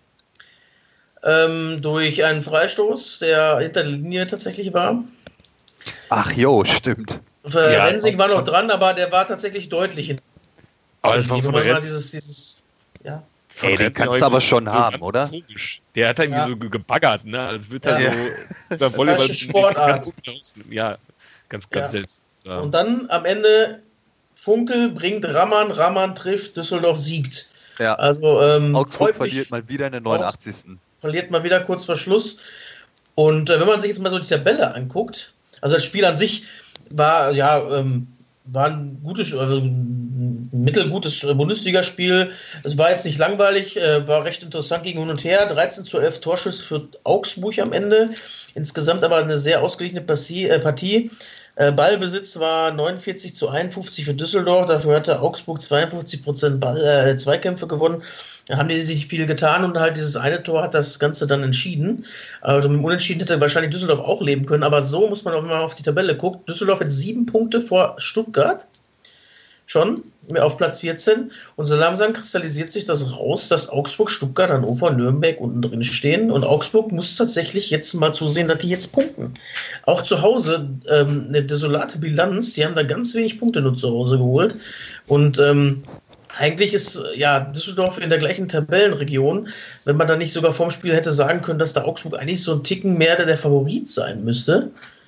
ähm, durch einen Freistoß, der hinter der Linie tatsächlich war. Ach jo, stimmt. Äh, Ja, Rensing war noch schon. dran, aber der war tatsächlich deutlich hinter. Aber das war von Weil Ren- mal dieses, dieses, ja. von Ey, den Rensing kannst du auch aber schon so haben, ganz oder? Komisch. Der hat irgendwie Ja. so ge- gebaggert, ne? Als würde er Ja. so beim Volleyball Falsche Sportart. Ja, ganz, ganz Ja. seltsam. Und dann am Ende Funkel bringt Raman, Raman trifft, Düsseldorf siegt. Ja. Also ähm, Augsburg freut mich, verliert mal wieder in der neunundachtzigsten verliert mal wieder kurz vor Schluss. Und äh, wenn man sich jetzt mal so die Tabelle anguckt, also das Spiel an sich war ja ähm, war ein gutes, also ein mittelgutes Bundesligaspiel. Es war jetzt nicht langweilig, äh, war recht interessant gegen hin und her. dreizehn zu elf Torschüsse für Augsburg am Ende. Insgesamt aber eine sehr ausgeglichene Partie. Äh, Partie. Äh, Ballbesitz war neunundvierzig zu einundfünfzig für Düsseldorf. Dafür hatte Augsburg zweiundfünfzig Prozent Ball, äh, Zweikämpfe gewonnen. Da haben die sich viel getan und halt dieses eine Tor hat das Ganze dann entschieden. Also mit dem Unentschieden hätte wahrscheinlich Düsseldorf auch leben können, aber so muss man auch mal auf die Tabelle gucken. Düsseldorf hat sieben Punkte vor Stuttgart. Schon auf Platz vierzehn. Und so langsam kristallisiert sich das raus, dass Augsburg, Stuttgart, Hannover, Nürnberg unten drin stehen. Und Augsburg muss tatsächlich jetzt mal zusehen, dass die jetzt punkten. Auch zu Hause ähm, eine desolate Bilanz. Die haben da ganz wenig Punkte nur zu Hause geholt. Und ähm, eigentlich ist ja Düsseldorf in der gleichen Tabellenregion, wenn man da nicht sogar vorm Spiel hätte sagen können, dass da Augsburg eigentlich so ein Ticken mehr der Favorit sein müsste.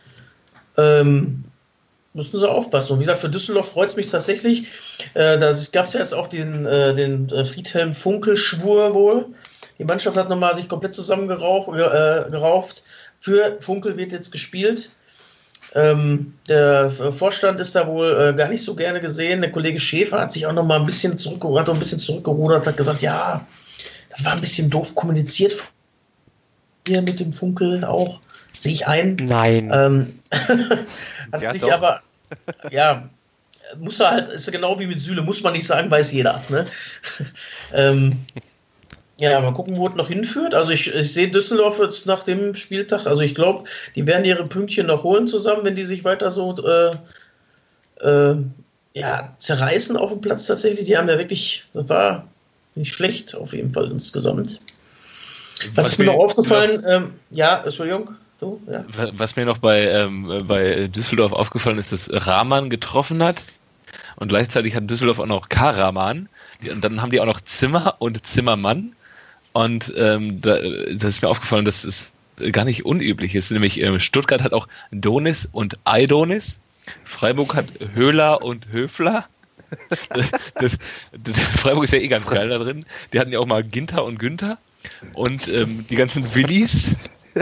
Ähm, müssen sie aufpassen. Und wie gesagt, für Düsseldorf freut es mich tatsächlich. Äh, da gab es ja jetzt auch den, äh, den äh, Friedhelm-Funkel-Schwur wohl. Die Mannschaft hat nochmal sich komplett zusammengerauft. Äh, gerauft. Für Funkel wird jetzt gespielt. Ähm, der Vorstand ist da wohl äh, gar nicht so gerne gesehen. Der Kollege Schäfer hat sich auch nochmal ein bisschen zurückgerudert, ein bisschen zurückgerudert, hat gesagt, ja, das war ein bisschen doof kommuniziert hier mit dem Funkel auch. Sehe ich ein. Nein. Ähm, hat Ja, sich doch. aber, ja, muss er halt, ist genau wie mit Süle, muss man nicht sagen, weiß jeder. Ne? ähm, ja, mal gucken, wo es noch hinführt. Also ich, ich sehe Düsseldorf jetzt nach dem Spieltag, also ich glaube, die werden ihre Pünktchen noch holen zusammen, wenn die sich weiter so äh, äh, ja, zerreißen auf dem Platz tatsächlich. Die haben ja wirklich, das war nicht schlecht auf jeden Fall insgesamt. Was, ist mir noch aufgefallen? Ähm, ja, Entschuldigung. Du, ja. Was mir noch bei, ähm, bei Düsseldorf aufgefallen ist, dass Rahman getroffen hat und gleichzeitig hat Düsseldorf auch noch Karaman und dann haben die auch noch Zimmer und Zimmermann und ähm, da, das ist mir aufgefallen, dass es gar nicht unüblich ist, nämlich ähm, Stuttgart hat auch Donis und Aidonis, Freiburg hat Höhler und Höfler. Das, das, Freiburg ist ja eh ganz geil da drin. Die hatten ja auch mal Ginter und Günther und ähm, die ganzen Willis.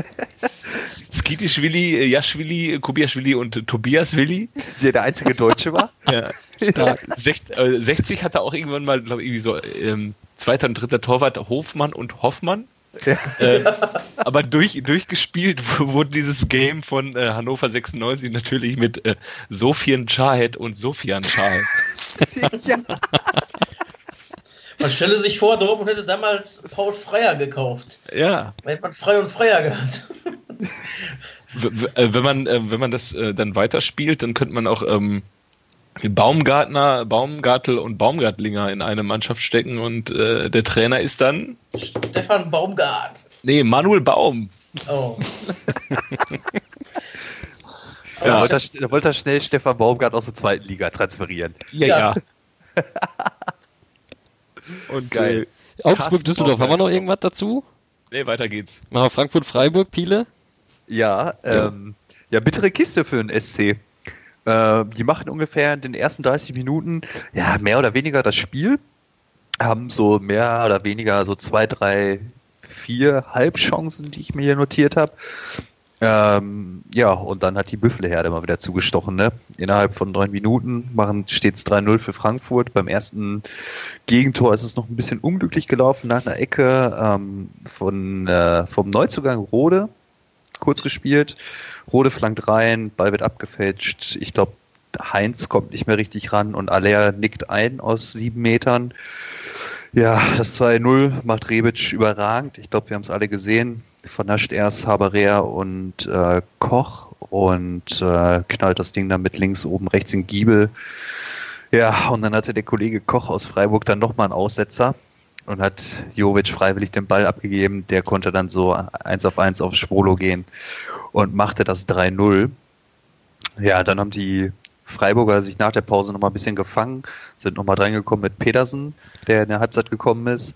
Skitischwili, Jaschwili, Kubiaschwili und Tobiaswili. Der der einzige Deutsche war? Ja, stark. sechzig hatte auch irgendwann mal, glaube ich, irgendwie so ähm, zweiter und dritter Torwart Hofmann und Hoffmann. Ja. Äh, aber durch, durchgespielt wurde dieses Game von äh, Hannover sechsundneunzig natürlich mit äh, Sofian Chahed und Sofian Chahed. Ja. Man stelle sich vor, Dortmund hätte damals Paul Freier gekauft. Ja. Da hätte man Frei und Freier gehabt. W w- äh, wenn man, äh, wenn man das äh, dann weiterspielt, dann könnte man auch ähm, Baumgartner, Baumgartel und Baumgartlinger in eine Mannschaft stecken und äh, der Trainer ist dann Stefan Baumgart. Nee, Manuel Baum. Oh. Ja, wollte er, wollte er schnell Stefan Baumgart aus der zweiten Liga transferieren. Ja, Ja. ja. Und Geil. äh, Augsburg, Düsseldorf, haben wir noch Carsten irgendwas dazu? Nee, weiter geht's. Machen wir Frankfurt, Freiburg, Piele? Ja, ähm, ja, bittere Kiste für den S C. Äh, die machen ungefähr in den ersten dreißig Minuten ja mehr oder weniger das Spiel, haben so mehr oder weniger so zwei, drei, vier Halbchancen, die ich mir hier notiert habe. Ähm, ja, und dann hat die Büffelherde mal wieder zugestochen, ne? Innerhalb von neun Minuten machen stets drei null für Frankfurt. Beim ersten Gegentor ist es noch ein bisschen unglücklich gelaufen nach einer Ecke ähm, von, äh, vom Neuzugang Rode. Kurz gespielt. Rode flankt rein, Ball wird abgefälscht. Ich glaube, Heinz kommt nicht mehr richtig ran und Aller nickt ein aus sieben Metern. Ja, das zwei null macht Rebic überragend. Ich glaube, wir haben es alle gesehen. Vernascht erst Haberer und äh, Koch und äh, knallt das Ding dann mit links oben rechts in Giebel. Ja, und dann hatte der Kollege Koch aus Freiburg dann nochmal einen Aussetzer und hat Jovic freiwillig den Ball abgegeben. Der konnte dann so eins auf eins auf Schwolo gehen und machte das drei null. Ja, dann haben die Freiburger sich nach der Pause nochmal ein bisschen gefangen, sind nochmal reingekommen mit Pedersen, der in der Halbzeit gekommen ist.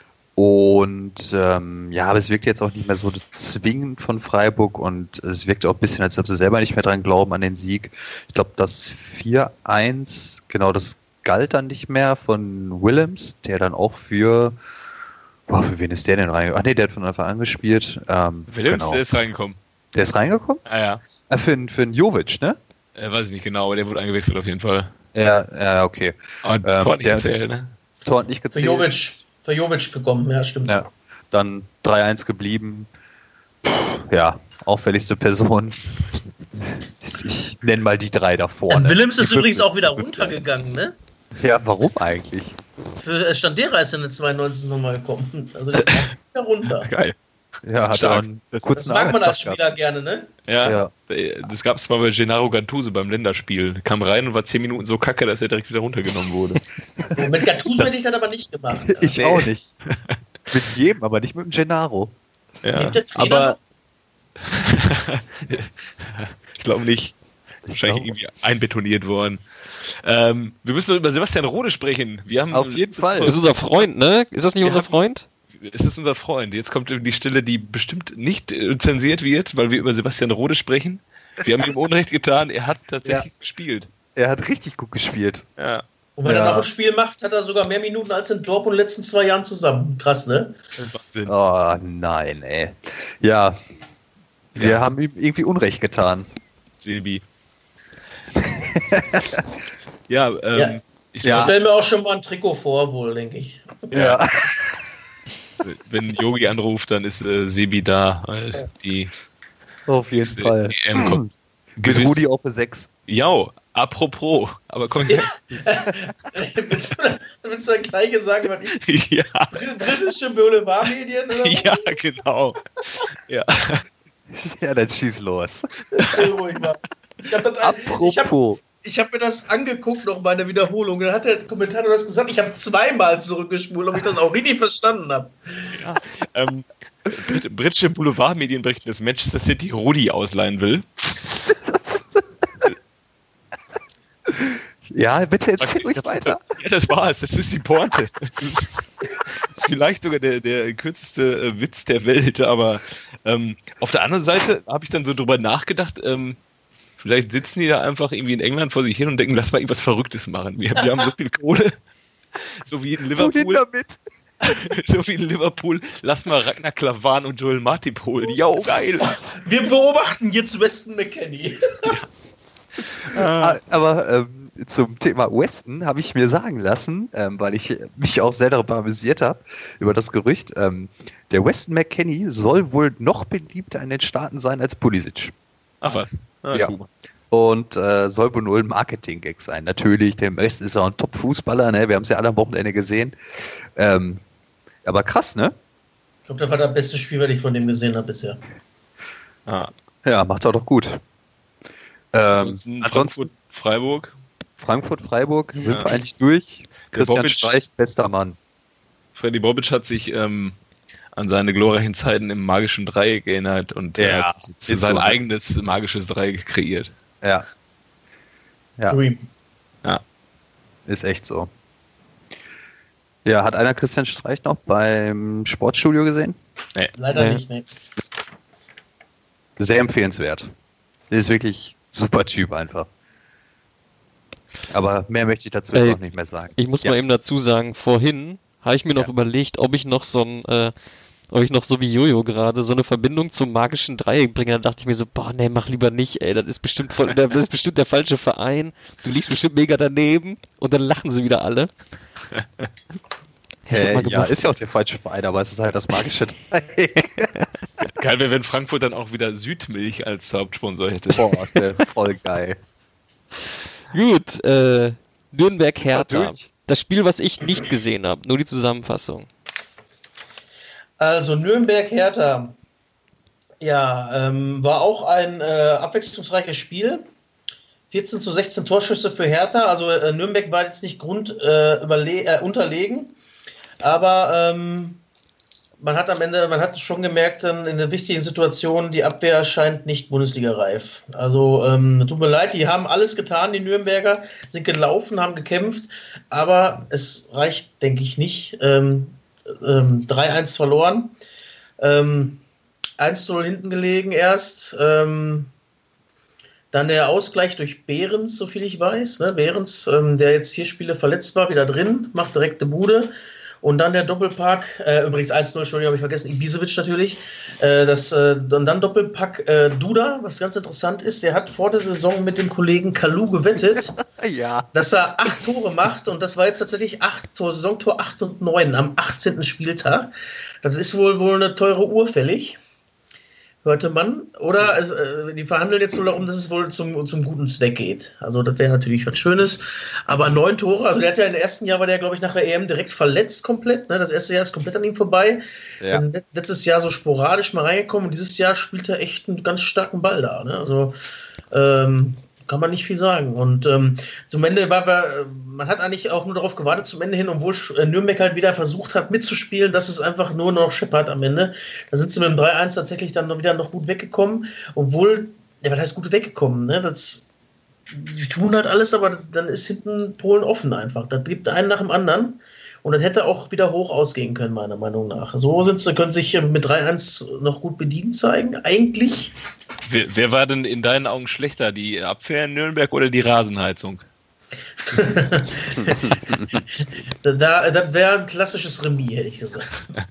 Und ähm, ja, aber es wirkt jetzt auch nicht mehr so zwingend von Freiburg und es wirkt auch ein bisschen, als ob sie selber nicht mehr dran glauben an den Sieg. Ich glaube, das vier eins, genau, das galt dann nicht mehr von Willems, der dann auch für, boah, für wen ist der denn reingekommen? Ach nee, der hat von Anfang an gespielt. Ähm, Willems, genau. der ist reingekommen. Der ist reingekommen? Ah ja. Ah, für, für einen Jovic, ne? Äh, weiß ich nicht genau, aber der wurde eingewechselt auf jeden Fall. Ja, ja, okay. Aber Ähm, Tor hat nicht der- gezählt, ne? Tor hat nicht Für gezählt. Jovic. Für Jovic gekommen, ja, stimmt. Ja, dann drei eins geblieben. Puh, ja, auffälligste Person. Ich nenne mal die drei da Ähm, vorne. Willems ist Die übrigens fünf- auch wieder die fünf- runtergegangen, ne? Ja, warum eigentlich? Für Standera ist er in der zweiundneunzig nochmal gekommen. Also das ist auch wieder runter. Geil. Ja, hat Stark. er einen Das- kurzen Das mag man als Arbeitstag Spieler gehabt. gerne, ne? Ja, Ja. das gab es mal bei Gennaro Gattuso beim Länderspiel. Kam rein und war zehn Minuten so kacke, dass er direkt wieder runtergenommen wurde. So, mit Gattuso hätte ich das aber nicht gemacht. Ja. Ich auch nicht. Mit jedem, aber nicht mit dem Gennaro. Ja, Lebt der Trainer aber ich glaube nicht. Wahrscheinlich glaube- irgendwie einbetoniert worden. Ähm, wir müssen noch über Sebastian Rode sprechen. Wir haben Auf jeden Fall. Das ist unser Freund, ne? Ist das nicht Wir unser haben- Freund? Es ist unser Freund. Jetzt kommt die Stelle, die bestimmt nicht äh, zensiert wird, weil wir über Sebastian Rode sprechen. Wir haben ihm Unrecht getan. Er hat tatsächlich gespielt. Er hat richtig gut gespielt. Ja, Und wenn Ja. er noch ein Spiel macht, hat er sogar mehr Minuten als in Dortmund in den letzten zwei Jahren zusammen. Krass, ne? Wahnsinn. Oh nein, ey. Ja, wir Ja. haben ihm irgendwie Unrecht getan. Silbi. ja, ähm, Ja. ich Ich Ja. glaube, stelle mir auch schon mal ein Trikot vor, wohl, denke ich. Ja. wenn Yogi anruft, dann ist äh, Sebi da. Weil die Auf jeden die Fall. E M kommt. Mit Gewiss. Rudi auf der sechs. Ja, apropos. Aber komm her. willst, du, willst du das gleiche sagen, was ich? ja, Britische Boulevardmedien oder was? ja, genau. Ja. Ja, dann schieß los. Erzähl ruhig mal. Ich habe hab, Apropos. ich hab mir das angeguckt, noch bei der Wiederholung. Dann hat der Kommentator das gesagt. Ich habe zweimal zurückgespult, ob ich das auch richtig verstanden habe. Ähm, Brit britische Boulevardmedien berichten, dass Manchester City Rudi ausleihen will. Ja, bitte erzähl ruhig weiter. Ja, das war's. Das ist die Pointe. Das ist, das ist vielleicht sogar der, der kürzeste äh, Witz der Welt. Aber ähm, auf der anderen Seite habe ich dann so drüber nachgedacht, ähm, vielleicht sitzen die da einfach irgendwie in England vor sich hin und denken, lass mal irgendwas Verrücktes machen. Wir, wir haben so viel Kohle. So wie in Wohin Liverpool. damit? So wie in Liverpool. Lass mal Ragnar Klavan und Joel Matip holen. Ja, geil. Wir beobachten jetzt Weston McKennie. Ah, Aber ähm, zum Thema Weston habe ich mir sagen lassen, ähm, weil ich mich auch sehr darüber amüsiert habe, über das Gerücht, ähm, der Weston McKennie soll wohl noch beliebter in den Staaten sein als Pulisic. Ach was. Ah, Ja. guck mal. Und äh, soll wohl nur ein Marketing-Gag sein. Natürlich, der Weston ist auch ein Top-Fußballer, ne? Wir haben es ja alle am Wochenende gesehen. Ähm, aber krass, ne? Ich glaube, das war das beste Spiel, was ich von dem gesehen habe bisher. Ah. Ja, macht er doch gut. Ähm, Ansonsten ansonsten, Frankfurt, Freiburg. Frankfurt-Freiburg, sind Ja. wir eigentlich durch? Christian Bobic- Streich, bester Mann. Freddy Bobic hat sich ähm, an seine glorreichen Zeiten im magischen Dreieck erinnert und er Ja, hat sich ist sein so. eigenes magisches Dreieck kreiert. Ja. Ja, Dream. ist echt so. Ja, hat einer Christian Streich noch beim Sportstudio gesehen? Leider Nee. nicht, ne. Sehr empfehlenswert. Ist wirklich super Typ einfach. Aber mehr möchte ich dazu jetzt Ey, auch nicht mehr sagen. Ich muss Ja. mal eben dazu sagen, vorhin habe ich mir noch Ja. überlegt, ob ich noch so ein, äh, ob ich noch so wie Jojo gerade so eine Verbindung zum magischen Dreieck bringe. Dann dachte ich mir so, boah, nee, mach lieber nicht, ey, das ist bestimmt voll, das ist bestimmt der falsche Verein. Du liegst bestimmt mega daneben und dann lachen sie wieder alle. Hätte ich Äh, mal ja, gemacht. ist ja auch der falsche Verein, aber es ist halt das magische Dreieck. Geil wäre, wenn Frankfurt dann auch wieder Südmilch als Hauptsponsor hätte. Boah, ist der voll geil. Gut, äh, Nürnberg-Hertha. durch. Das Spiel, was ich nicht gesehen habe, nur die Zusammenfassung. Also Nürnberg-Hertha. Ja, ähm, war auch ein äh, abwechslungsreiches Spiel. vierzehn zu sechzehn Torschüsse für Hertha. Also äh, Nürnberg war jetzt nicht Grund äh, überle äh, unterlegen. Aber ähm, man hat am Ende, man hat schon gemerkt, dann in der wichtigen Situation, die Abwehr scheint nicht Bundesliga-reif. Also ähm, tut mir leid, die haben alles getan, die Nürnberger, sind gelaufen, haben gekämpft, aber es reicht, denke ich, nicht. Ähm, ähm, drei eins verloren, ähm, eins zu null hinten gelegen erst, ähm, dann der Ausgleich durch Behrens, soviel ich weiß, ne? Behrens, ähm, der jetzt vier Spiele verletzt war, wieder drin, macht direkte Bude. Und dann der Doppelpack, äh, übrigens eins zu null, Entschuldigung, habe ich vergessen, Ibisevic natürlich. Äh, das, äh, und dann Doppelpack äh, Duda, was ganz interessant ist, der hat vor der Saison mit dem Kollegen Kalu gewettet, Ja. dass er acht Tore macht. Und das war jetzt tatsächlich acht Tor, Saisontor acht und neun am achtzehnten Spieltag. Das ist wohl, wohl eine teure Uhr fällig, hörte man. Oder es, äh, die verhandeln jetzt wohl darum, dass es wohl zum, zum guten Snack geht. Also das wäre natürlich was Schönes. Aber neun Tore, also der hat ja im ersten Jahr, war der, glaube ich, nach der E M direkt verletzt komplett. Ne? Das erste Jahr ist komplett an ihm vorbei. Ja. Dann letztes Jahr so sporadisch mal reingekommen und dieses Jahr spielt er echt einen ganz starken Ball da. Ne? Also ähm, kann man nicht viel sagen. Und ähm, zum Ende war, war, man hat eigentlich auch nur darauf gewartet zum Ende hin, obwohl Nürnberg halt wieder versucht hat mitzuspielen, dass es einfach nur noch scheppert am Ende. Da sind sie mit dem drei eins tatsächlich dann noch wieder noch gut weggekommen, obwohl, ja, was heißt gut weggekommen, ne? Das, die tun halt alles, aber dann ist hinten Polen offen einfach. Da gibt einen nach dem anderen. Und das hätte auch wieder hoch ausgehen können, meiner Meinung nach. So sind sie, können sich mit drei eins noch gut bedient zeigen. Eigentlich. Wer, wer war denn in deinen Augen schlechter, die Abwehr in Nürnberg oder die Rasenheizung? da, das wäre ein klassisches Remis, hätte ich gesagt.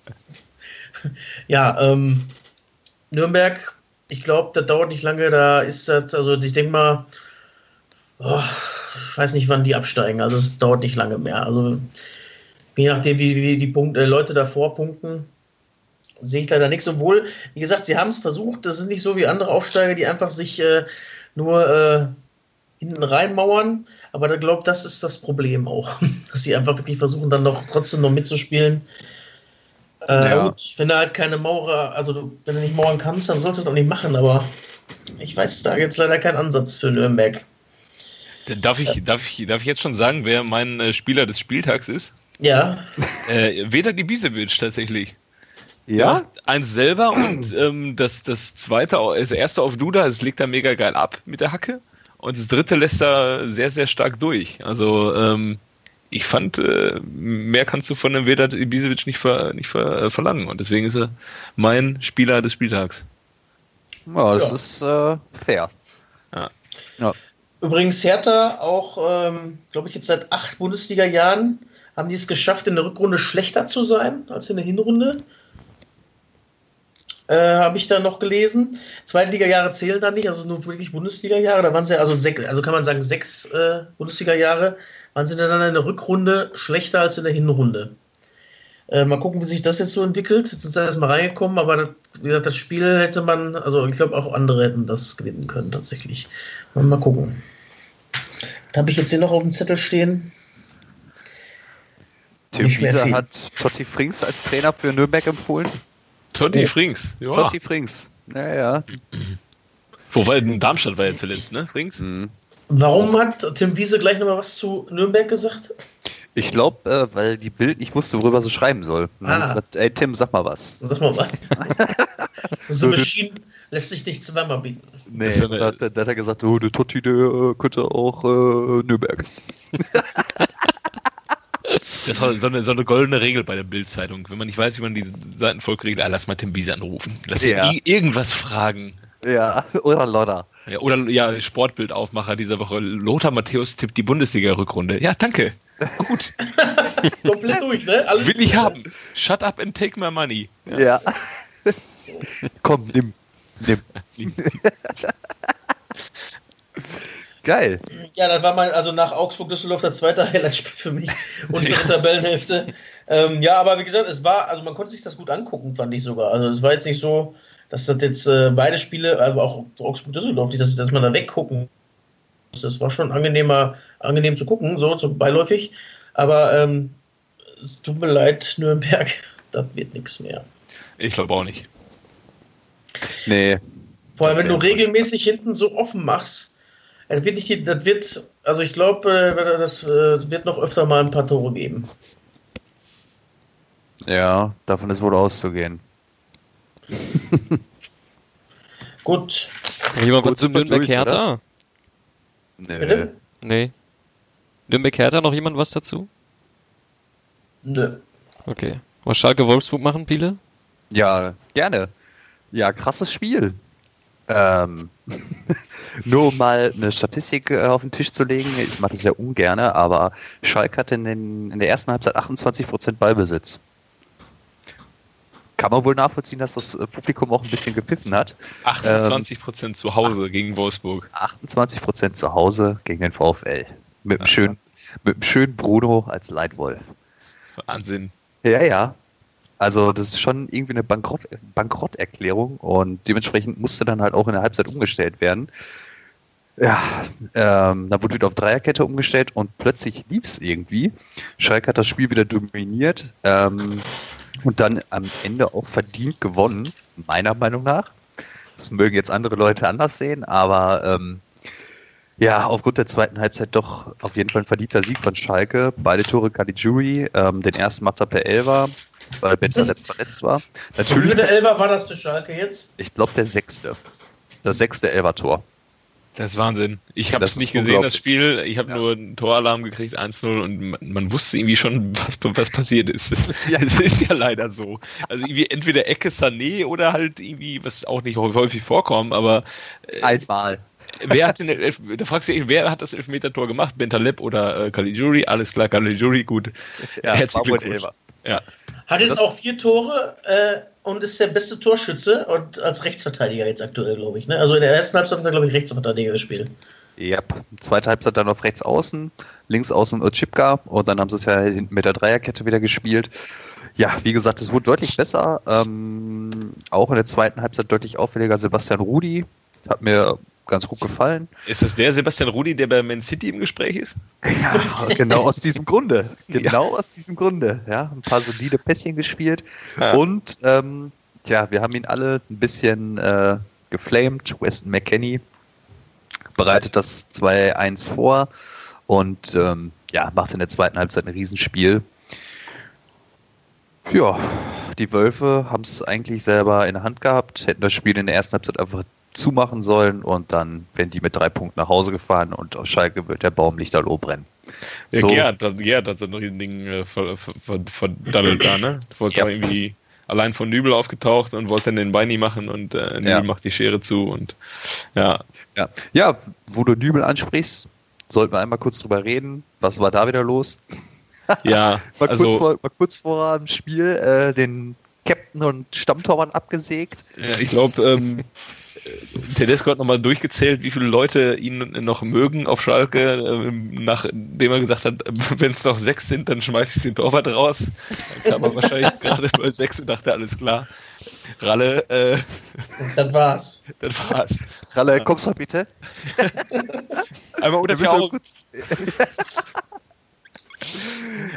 Ja, ähm, Nürnberg, ich glaube, das dauert nicht lange. Da ist das, also ich denke mal, oh, ich weiß nicht, wann die absteigen. Also es dauert nicht lange mehr. Also je nachdem, wie, wie die Punkte, äh, Leute davor punkten, sehe ich leider nichts. Obwohl, wie gesagt, sie haben es versucht. Das sind nicht so wie andere Aufsteiger, die einfach sich äh, nur äh, hinten reinmauern. Aber ich glaube, das ist das Problem auch. Dass sie einfach wirklich versuchen, dann noch trotzdem noch mitzuspielen. Äh, Ja. gut, wenn du halt keine Maurer, also du, wenn du nicht mauern kannst, dann sollst du es auch nicht machen. Aber ich weiß, da gibt es leider keinen Ansatz für Nürnberg. Darf ich, darf ich, darf ich jetzt schon sagen, wer mein äh, Spieler des Spieltags ist? Ja, Äh, Vedat Ibisevic tatsächlich. Ja? macht eins selber und ähm, das, das zweite, das erste auf Duda, das legt er mega geil ab mit der Hacke und das dritte lässt er sehr, sehr stark durch. Also ähm, ich fand, äh, mehr kannst du von dem Vedat Ibisevic nicht, ver, nicht ver, äh, verlangen und deswegen ist er mein Spieler des Spieltags. Ja, das Ja. ist äh, fair. Ja. Ja. übrigens Hertha auch, ähm, glaube ich, jetzt seit acht Bundesliga-Jahren haben die es geschafft, in der Rückrunde schlechter zu sein als in der Hinrunde. Äh, habe ich da noch gelesen. Zweitliga-Jahre zählen da nicht, also nur wirklich Bundesliga-Jahre. Da waren sie also sechs, also kann man sagen, sechs äh, Bundesliga-Jahre waren sie dann in der Rückrunde schlechter als in der Hinrunde. Äh, mal gucken, wie sich das jetzt so entwickelt. Jetzt sind sie erstmal reingekommen, aber das, wie gesagt, das Spiel hätte man, also ich glaube auch andere hätten das gewinnen können tatsächlich. Mal gucken. Was habe ich jetzt hier noch auf dem Zettel stehen? Tim Nicht mehr Wiese viel. hat Totti Frings als Trainer für Nürnberg empfohlen. Totti Oh. Frings, ja. Totti Frings. Ja, ja. Wobei in Darmstadt war ja zuletzt, ne, Frings? Mhm. Warum hat Tim Wiese gleich nochmal was zu Nürnberg gesagt? Ich glaube, äh, weil die Bild nicht wusste, worüber sie schreiben soll. Dann ah. gesagt, ey Tim, sag mal was. Sag mal was. So Maschinen lässt sich nicht zweimal bieten. Nee, so da, da, da hat er gesagt, oh, der Totti, der äh, könnte auch äh, Nürnberg. Das war so eine, so eine goldene Regel bei der Bild-Zeitung. Wenn man nicht weiß, wie man die Seiten voll kriegt, ah, lass mal Tim Wiese anrufen. Lass ja. ihn irgendwas fragen. Ja, oder Lothar. Ja, oder ja, Sportbildaufmacher dieser Woche. Lothar Matthäus tippt die Bundesliga-Rückrunde. Ja, danke. Gut. Komplett durch, ne? Alles will ich haben. Shut up and take my money. Ja. ja. So. Komm, nimm. Nimm. Geil. Ja, das war mal, also nach Augsburg-Düsseldorf das zweite Highlight-Spiel für mich und die Tabellenhälfte. Ähm, ja, aber wie gesagt, es war, also man konnte sich das gut angucken, fand ich sogar. Also es war jetzt nicht so, dass das jetzt äh, beide Spiele, aber auch Augsburg-Düsseldorf, dass, dass man da weggucken muss. Das war schon angenehmer, angenehm zu gucken, so, so beiläufig. Aber ähm, es tut mir leid, Nürnberg, das wird nichts mehr. Ich glaube auch nicht. Nee. Vor allem, wenn du regelmäßig hinten so offen machst, das wird nicht, das wird, also ich glaube, das wird noch öfter mal ein paar Tore geben. Ja, davon ist wohl auszugehen. Gut. Jemand kurz zu Nürnberg-Hertha? Nee. Bitte? Nee. Nürnberg-Hertha, noch jemand was dazu? Nö. Okay. Was Schalke-Wolfsburg machen, Piele? Ja, gerne. Ja, krasses Spiel. Ähm, nur um mal eine Statistik äh, auf den Tisch zu legen, ich mache das ja ungern, aber Schalke hatte in, den, in der ersten Halbzeit achtundzwanzig Prozent Ballbesitz. Kann man wohl nachvollziehen, dass das Publikum auch ein bisschen gepfiffen hat. achtundzwanzig Prozent ähm, zu Hause gegen Wolfsburg. achtundzwanzig Prozent zu Hause gegen den VfL. Mit dem schönen, mit dem schönen Bruno als Leitwolf. Wahnsinn. Ja, ja. Also das ist schon irgendwie eine Bankrott, Bankrotterklärung und dementsprechend musste dann halt auch in der Halbzeit umgestellt werden. Ja, ähm, dann wurde wieder auf Dreierkette umgestellt und plötzlich lief es irgendwie. Schalke hat das Spiel wieder dominiert ähm, und dann am Ende auch verdient gewonnen, meiner Meinung nach. Das mögen jetzt andere Leute anders sehen, aber ähm, ja, aufgrund der zweiten Halbzeit doch auf jeden Fall ein verdienter Sieg von Schalke. Beide Tore Caligiuri, ähm, den ersten macht er per Elfer, weil Bentaleb verletzt war. Natürlich. Wie der Elfer war das für Schalke jetzt? Ich glaube der sechste. Das sechste Elfer-Tor. Das ist Wahnsinn. Ich habe es nicht gesehen, das Spiel. Ich habe ja. nur einen Toralarm gekriegt, eins null, und man, man wusste irgendwie schon, was, was passiert ist. Ja. Es ist ja leider so. Also irgendwie entweder Ecke Sané oder halt irgendwie, was auch nicht häufig vorkommt, aber äh, einmal. Wer hat den Elf- da fragst du dich, wer hat das Elfmeter-Tor gemacht? Bentaleb oder äh, Caligiuri? Alles klar, Caligiuri, gut. Ja, herzlichen Glückwunsch. Ja. Hat jetzt auch vier Tore äh, und ist der beste Torschütze und als Rechtsverteidiger jetzt aktuell, glaube ich. Ne? Also in der ersten Halbzeit hat er, glaube ich, Rechtsverteidiger gespielt. Ja, yep. Zweite Halbzeit dann auf rechts außen, links außen Otschipka und dann haben sie es ja mit der Dreierkette wieder gespielt. Ja, wie gesagt, es wurde deutlich besser. Ähm, auch in der zweiten Halbzeit deutlich auffälliger Sebastian Rudi. Hat mir ganz gut gefallen. Ist das der Sebastian Rudi, der bei Man City im Gespräch ist? Ja, genau aus diesem Grunde. Genau ja. aus diesem Grunde. Ja, ein paar solide Pässchen gespielt. Ja. Und ähm, tja, wir haben ihn alle ein bisschen äh, geflamed. Weston McKennie bereitet das zwei eins vor und ähm, ja, macht in der zweiten Halbzeit ein Riesenspiel. Ja, die Wölfe haben es eigentlich selber in der Hand gehabt, hätten das Spiel in der ersten Halbzeit einfach zumachen sollen und dann werden die mit drei Punkten nach Hause gefahren und aus Schalke wird der Baum lichterloh brennen. Ja, so. Gerhard, Gerhard hat so ein Riesending äh, verdaddelt da, ne? Wurde ja. irgendwie allein von Nübel aufgetaucht und wollte dann den Beini machen und äh, Nübel ja. macht die Schere zu und ja. ja. Ja, wo du Nübel ansprichst, sollten wir einmal kurz drüber reden. Was war da wieder los? Ja, mal, also, kurz vor, mal kurz vor dem Spiel äh, den Captain und Stammtorwart abgesägt. Ja, ich glaube, ähm, Tedesco hat nochmal durchgezählt, wie viele Leute ihn noch mögen auf Schalke, äh, nachdem er gesagt hat, wenn es noch sechs sind, dann schmeiße ich den Torwart raus. Dann kam er wahrscheinlich gerade bei sechs und dachte, alles klar. Ralle, äh, das war's. Das war's. Ralle, kommst du bitte? Einmal unter vier Augen.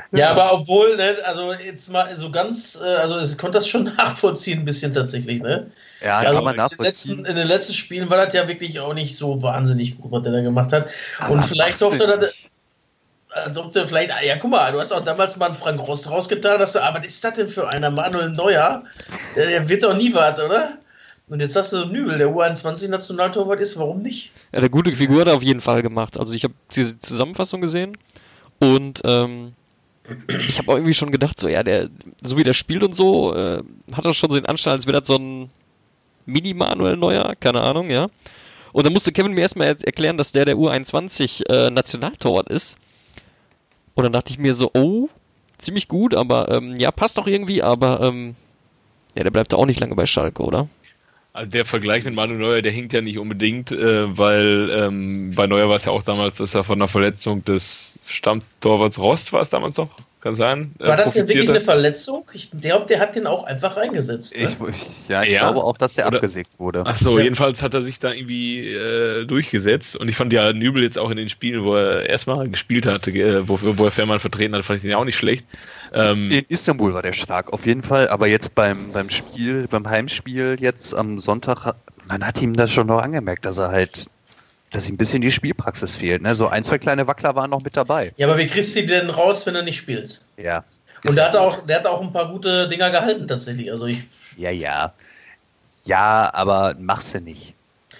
Ja, aber obwohl, ne, also jetzt mal so ganz, äh, also ich konnte das schon nachvollziehen ein bisschen tatsächlich, ne? Ja, Also kann man in, den letzten, nachvollziehen. in den letzten Spielen war das ja wirklich auch nicht so wahnsinnig gut, was der da gemacht hat. Aber Und vielleicht machst hofft er du dann, als ob der vielleicht, ja guck mal, du hast auch damals mal einen Frank Rost rausgetan, dass du, aber was ist das denn für einer Manuel Neuer? Der, der wird doch nie was, oder? Und jetzt hast du Nübel, der U einundzwanzig-Nationaltorwart ist, warum nicht? Ja, eine gute Figur hat er auf jeden Fall gemacht. Also ich habe diese Zusammenfassung gesehen und ähm, ich habe auch irgendwie schon gedacht, so ja, der, so wie der spielt und so, äh, hat er schon so den Anschein, als wäre das so ein Mini-Manuel Neuer, keine Ahnung, ja. Und dann musste Kevin mir erstmal er erklären, dass der der U einundzwanzig äh, Nationaltorwart ist. Und dann dachte ich mir so, oh, ziemlich gut, aber ähm, ja, passt doch irgendwie, aber ähm, ja, der bleibt da auch nicht lange bei Schalke, oder? Also der Vergleich mit Manuel Neuer, der hinkt ja nicht unbedingt, äh, weil ähm, bei Neuer war es ja auch damals, dass er von einer Verletzung des Stammtorwarts Rost, war es damals noch, kann sein. War äh, das denn wirklich profitierte. eine Verletzung? Ich glaube, der hat den auch einfach reingesetzt. Ne? Ich, ich, ja, ich Ja. glaube auch, dass der Oder- abgesägt wurde. Ach so, Ja. jedenfalls hat er sich da irgendwie äh, durchgesetzt und ich fand ja Nübel jetzt auch in den Spielen, wo er erstmal gespielt hatte, äh, wo, wo er Fährmann vertreten hat, fand ich den ja auch nicht schlecht. Ähm, In Istanbul war der stark, auf jeden Fall. Aber jetzt beim, beim Spiel, beim Heimspiel jetzt am Sonntag, man hat ihm das schon noch angemerkt, dass er halt, dass ihm ein bisschen die Spielpraxis fehlt. Ne? So ein, zwei kleine Wackler waren noch mit dabei. Ja, aber wie kriegst du die denn raus, wenn er nicht spielt? Ja. Und der hat auch, der hat auch ein paar gute Dinger gehalten tatsächlich. Also ich, Ja, ja. Ja, aber machst du nicht.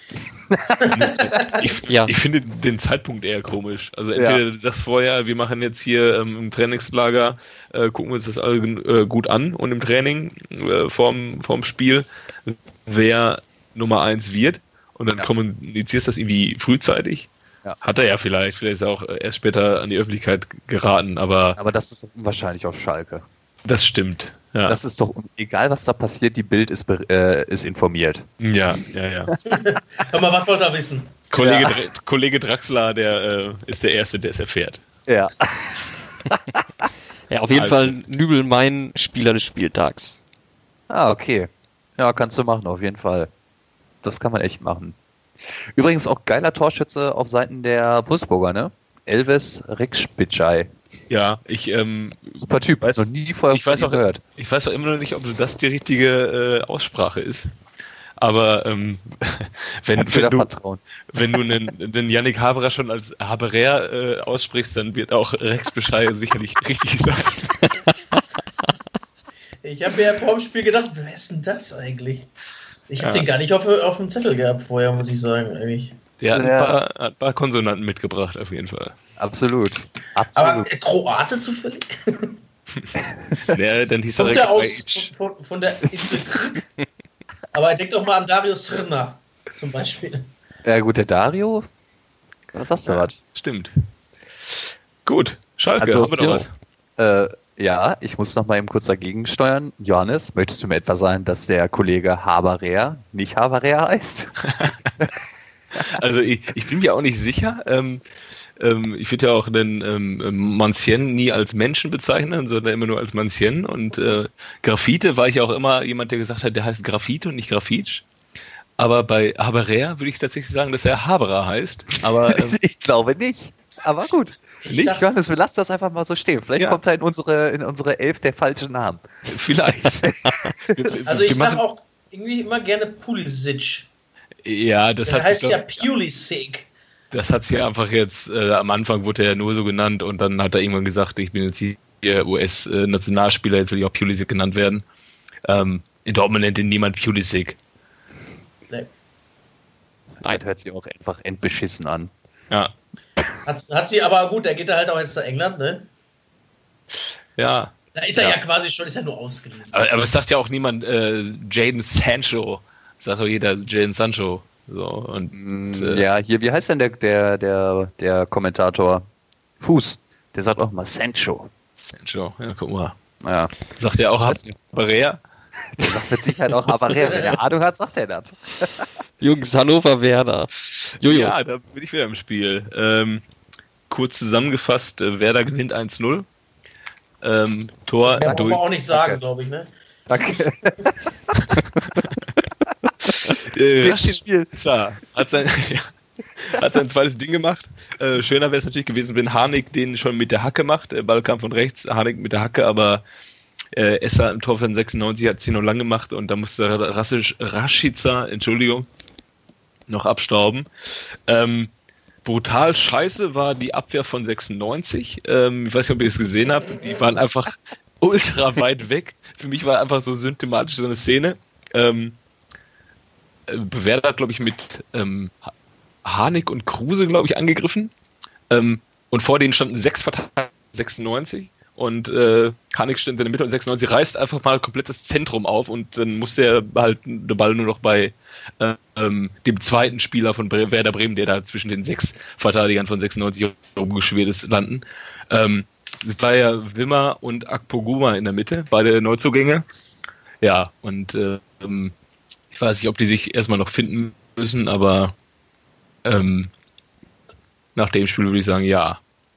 ich, Ja. ich finde den Zeitpunkt eher komisch. Also entweder Ja. du sagst vorher, wir machen jetzt hier ähm, im Trainingslager, äh, gucken wir uns das alle äh, gut an und im Training äh, vorm, vorm Spiel, wer Nummer eins wird und dann Ja. kommunizierst das irgendwie frühzeitig. Ja. Hat er ja vielleicht, vielleicht ist er auch erst später an die Öffentlichkeit geraten, aber Aber das ist unwahrscheinlich auf Schalke. das stimmt. Ja, Das ist doch, egal was da passiert, die Bild ist, be- äh, ist informiert. ja, ja. ja. hör mal, was wollt ihr wissen? Kollege, Ja. Dr- Kollege Draxler, der äh, ist der Erste, der es erfährt. Ja. Ja, auf jeden Also- Fall Nübel mein Spieler des Spieltags. Ah, okay. Ja, kannst du machen, auf jeden Fall. Das kann man echt machen. Übrigens auch geiler Torschütze auf Seiten der Wolfsburger, ne? Elvis Rexpitschei. Ja, ich, ähm, Super Typ. Weiß- noch nie vorher ich weiß von auch, ihm gehört. ich weiß auch immer noch nicht, ob das die richtige äh, Aussprache ist. Aber ähm, wenn, Kannst du wenn da du, vertrauen. wenn du einen, den Yannick Haberer schon als Haberer äh, aussprichst, dann wird auch Rex Bescheid sicherlich richtig sein. Ich habe mir ja vor dem Spiel gedacht, wer ist denn das eigentlich? Ich habe Ja. den gar nicht auf, auf dem Zettel gehabt vorher, muss ich sagen, eigentlich. Der hat ein, Ja. paar, hat ein paar Konsonanten mitgebracht, auf jeden Fall. Absolut. Aber Absolut. äh, Kroate zufällig? Der, dann hieß er Kommt ja Rex aus Bejic. von, von, von der Insel. Aber denk doch mal an Darius Srna zum Beispiel. Ja gut, der Dario. Was sagst du Ja, was? stimmt. Gut, Schalke, Also, haben wir noch jo. was? Äh, ja, ich muss noch mal eben kurz dagegen steuern. Johannes, möchtest du mir etwa sagen, dass der Kollege Haberer nicht Haberer heißt? Also ich, ich bin mir auch nicht sicher. Ähm, ähm, ich würde ja auch den ähm, Mancien nie als Menschen bezeichnen, sondern immer nur als Mancien. Und äh, Graffite war ich auch immer jemand, der gesagt hat, der heißt Graffite und nicht Graffitsch. Aber bei Haberer würde ich tatsächlich sagen, dass er Haberer heißt. Aber ähm, ich glaube nicht. Aber gut. Ich Nicht, dachte- Johannes, wir lassen das einfach mal so stehen. Vielleicht Ja. kommt da in unsere, in unsere Elf der falsche Name. vielleicht. Also Wir ich sag machen- auch irgendwie immer gerne Pulisic. Ja, das Der hat heißt sich, ja glaub- Pulisic. das hat sich einfach jetzt, äh, am Anfang wurde er nur so genannt und dann hat er irgendwann gesagt, ich bin jetzt hier U S-Nationalspieler, jetzt will ich auch Pulisic genannt werden. Ähm, in Dortmund nennt ihn niemand Pulisic. Nee. Das hört sich auch einfach endbeschissen an. Ja, Hat, hat sie aber gut, der geht da halt auch jetzt nach England, ne? ja. Da ist er Ja. ja, quasi schon, ist ja nur ausgeliehen. Aber, aber es sagt ja auch niemand äh, Jadon Sancho. Sagt auch jeder Jadon Sancho. So, und, Mm, äh, ja, hier, wie heißt denn der, der, der, der Kommentator? Fuß. Der sagt auch mal Sancho. Sancho, ja, guck mal. Ja, Sagt er auch Weiß Haberer? der sagt mit Sicherheit auch Haberer. Wenn er Ahnung hat, sagt er das. Jungs, Hannover Werder. Jojo. Ja, da bin ich wieder im Spiel. Ähm, kurz zusammengefasst, äh, Werder gewinnt eins null. Ähm, Tor Mehr brauchen durch. wir auch nicht sagen, Okay. glaube ich, ne? Danke. Äh, Nächstes Spiel. Rashica hat sein, ja, hat sein zweites Ding gemacht. Äh, schöner wäre es natürlich gewesen, wenn Harnik den schon mit der Hacke macht. Der Ball kam von rechts, Harnik mit der Hacke, aber äh, Esser im Tor von sechsundneunzig hat es hier noch lang gemacht und da musste Rassic, Rashica, Entschuldigung, noch abstauben. Ähm, brutal scheiße war die Abwehr von sechsundneunzig. Ähm, ich weiß nicht, ob ihr es gesehen habt. Die waren einfach ultra weit weg. Für mich war einfach so symptomatisch so eine Szene. Ähm, Werder hat, glaube ich, mit ähm, Harnik und Kruse, glaube ich, angegriffen. Ähm, und vor denen standen sechs Verteidiger, sechsundneunzig. Und äh, Harnik stand in der Mitte und sechsundneunzig reißt einfach mal komplett das Zentrum auf. Und dann musste er halt der Ball nur noch bei äh, ähm, dem zweiten Spieler von Bre- Werder Bremen, der da zwischen den sechs Verteidigern von sechsundneunzig rumgeschwirrt ist, landen. Ähm, es war ja Wimmer und Akpoguma in der Mitte, beide Neuzugänge. Ja, und äh, ähm, ich weiß nicht, ob die sich erstmal noch finden müssen, aber ähm, nach dem Spiel würde ich sagen, ja.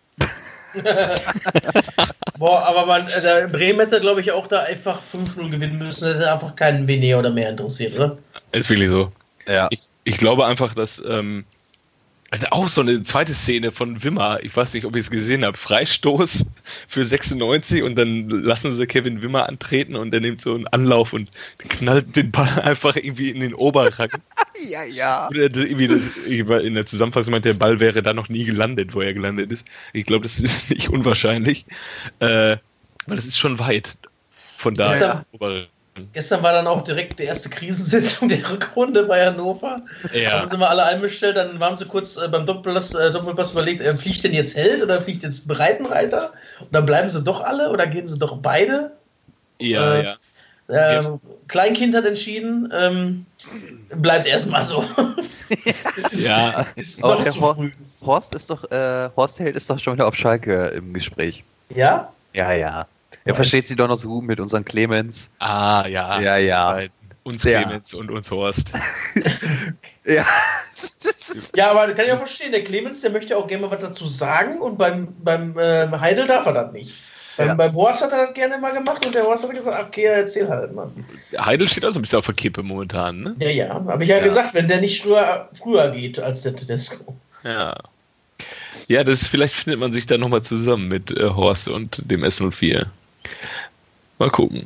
Boah, aber man, äh, der Bremen hätte, glaube ich, auch da einfach fünf null gewinnen müssen. Das hätte einfach keinen Venea oder mehr interessiert, oder? Ist wirklich so. Ja. Ich, ich glaube einfach, dass ähm, also auch so eine zweite Szene von Wimmer, ich weiß nicht, ob ihr es gesehen habt, Freistoß für sechsundneunzig und dann lassen sie Kevin Wimmer antreten und der nimmt so einen Anlauf und knallt den Ball einfach irgendwie in den Oberrang. Ja, ja. Oder das, irgendwie das, in der Zusammenfassung meint, der Ball wäre da noch nie gelandet, wo er gelandet ist. Ich glaube, das ist nicht unwahrscheinlich, äh, weil das ist schon weit von da. Ja, ja. Gestern war dann auch direkt die erste Krisensitzung der Rückrunde bei Hannover. Ja. Dann sind wir alle einbestellt, dann waren sie kurz äh, beim Doppelpass, äh, Doppelpass überlegt, äh, fliegt denn jetzt Held oder fliegt jetzt Breitenreiter? Und dann bleiben sie doch alle oder gehen sie doch beide? Ja, äh, ja. Äh, ja. Kleinkind hat entschieden, ähm, bleibt erstmal so. ist, ja. Ist Aber noch der zu Hor- früh. Horst ist doch, äh, Horst Held ist doch schon wieder auf Schalke im Gespräch. Ja? Ja, ja. Er versteht sie doch noch so gut mit unseren Clemens. Ah, ja. Ja, ja. Uns Ja. Clemens und uns Horst. Ja. Ja, aber kann ich auch verstehen, der Clemens, der möchte auch gerne mal was dazu sagen und beim, beim äh, Heidel darf er das nicht. Beim, Ja. beim Horst hat er das gerne mal gemacht und der Horst hat gesagt, okay, erzähl halt mal. Heidel steht auch so ein bisschen auf der Kippe momentan, ne? Ja, ja, habe ich ja, Ja. gesagt, wenn der nicht früher, früher geht als der Tedesco. Ja. Ja, das vielleicht findet man sich da nochmal zusammen mit äh, Horst und dem S null vier. Mal gucken.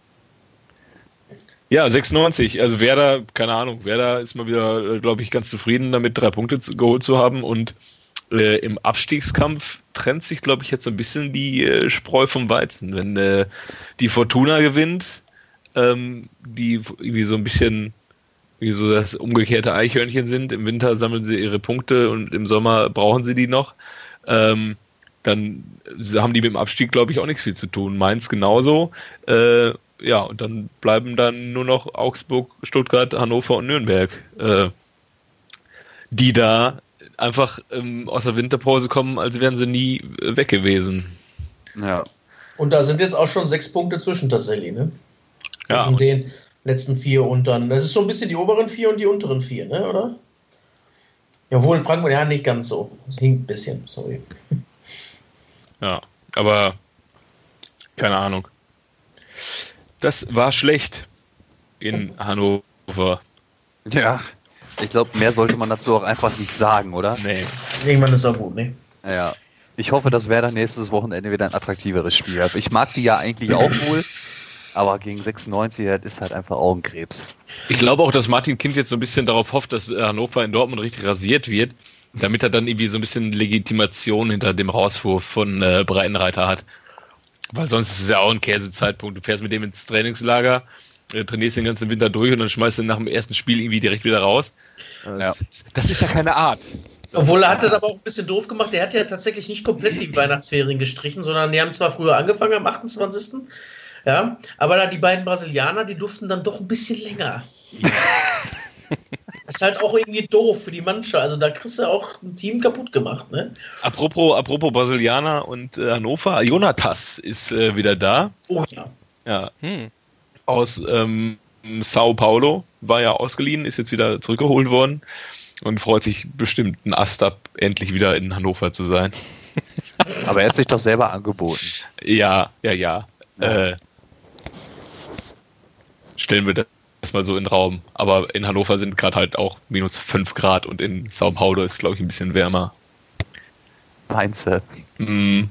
Ja, sechsundneunzig, also Werder, keine Ahnung, Werder ist mal wieder, glaube ich, ganz zufrieden damit, drei Punkte zu, geholt zu haben und äh, im Abstiegskampf trennt sich, glaube ich, jetzt so ein bisschen die äh, Spreu vom Weizen. Wenn äh, die Fortuna gewinnt, ähm, die irgendwie so ein bisschen wie so das umgekehrte Eichhörnchen sind, im Winter sammeln sie ihre Punkte und im Sommer brauchen sie die noch, ähm, dann haben die mit dem Abstieg, glaube ich, auch nichts viel zu tun. Mainz genauso. Äh, ja, und dann bleiben dann nur noch Augsburg, Stuttgart, Hannover und Nürnberg, äh, die da einfach ähm, aus der Winterpause kommen, als wären sie nie äh, weg gewesen. Ja. Und da sind jetzt auch schon sechs Punkte zwischen tatsächlich, ne? Ja. Zwischen den letzten vier und dann. Das ist so ein bisschen die oberen vier und die unteren vier, ne, oder? Jawohl, Frankfurt, ja, nicht ganz so. Das hinkt ein bisschen, sorry. Ja, aber keine Ahnung. Das war schlecht in Hannover. Ja. Ich glaube, mehr sollte man dazu auch einfach nicht sagen, oder? Nee. Irgendwann ist auch gut, ne? Ja. Ich hoffe, dass Werder nächstes Wochenende wieder ein attraktiveres Spiel hat. Ich mag die ja eigentlich auch wohl, aber gegen sechsundneunzig, das ist halt einfach Augenkrebs. Ich glaube auch, dass Martin Kind jetzt so ein bisschen darauf hofft, dass Hannover in Dortmund richtig rasiert wird, damit er dann irgendwie so ein bisschen Legitimation hinter dem Rauswurf von äh, Breitenreiter hat. Weil sonst ist es ja auch ein Käsezeitpunkt. Du fährst mit dem ins Trainingslager, äh, trainierst den ganzen Winter durch und dann schmeißt du ihn nach dem ersten Spiel irgendwie direkt wieder raus. Das, ja. das ist ja keine Art. Obwohl er hat das aber auch ein bisschen doof gemacht. Der hat ja tatsächlich nicht komplett die Weihnachtsferien gestrichen, sondern die haben zwar früher angefangen, am achtundzwanzigsten Ja, aber da die beiden Brasilianer, die durften dann doch ein bisschen länger. Das ist halt auch irgendwie doof für die Mannschaft. Also da kriegst du auch ein Team kaputt gemacht, ne? Apropos, apropos Brasilianer und äh, Hannover, Jonatas ist äh, wieder da. Oh ja. Ja. Hm. Aus ähm, Sao Paulo, war ja ausgeliehen, ist jetzt wieder zurückgeholt worden und freut sich bestimmt ein Ast ab, endlich wieder in Hannover zu sein. Aber er hat sich doch selber angeboten. Ja, ja, ja. ja. Äh, stellen wir erstmal so in den Raum. Aber in Hannover sind gerade halt auch minus fünf Grad und in Sao Paulo ist, glaube ich, ein bisschen wärmer. Meinst du? Mm.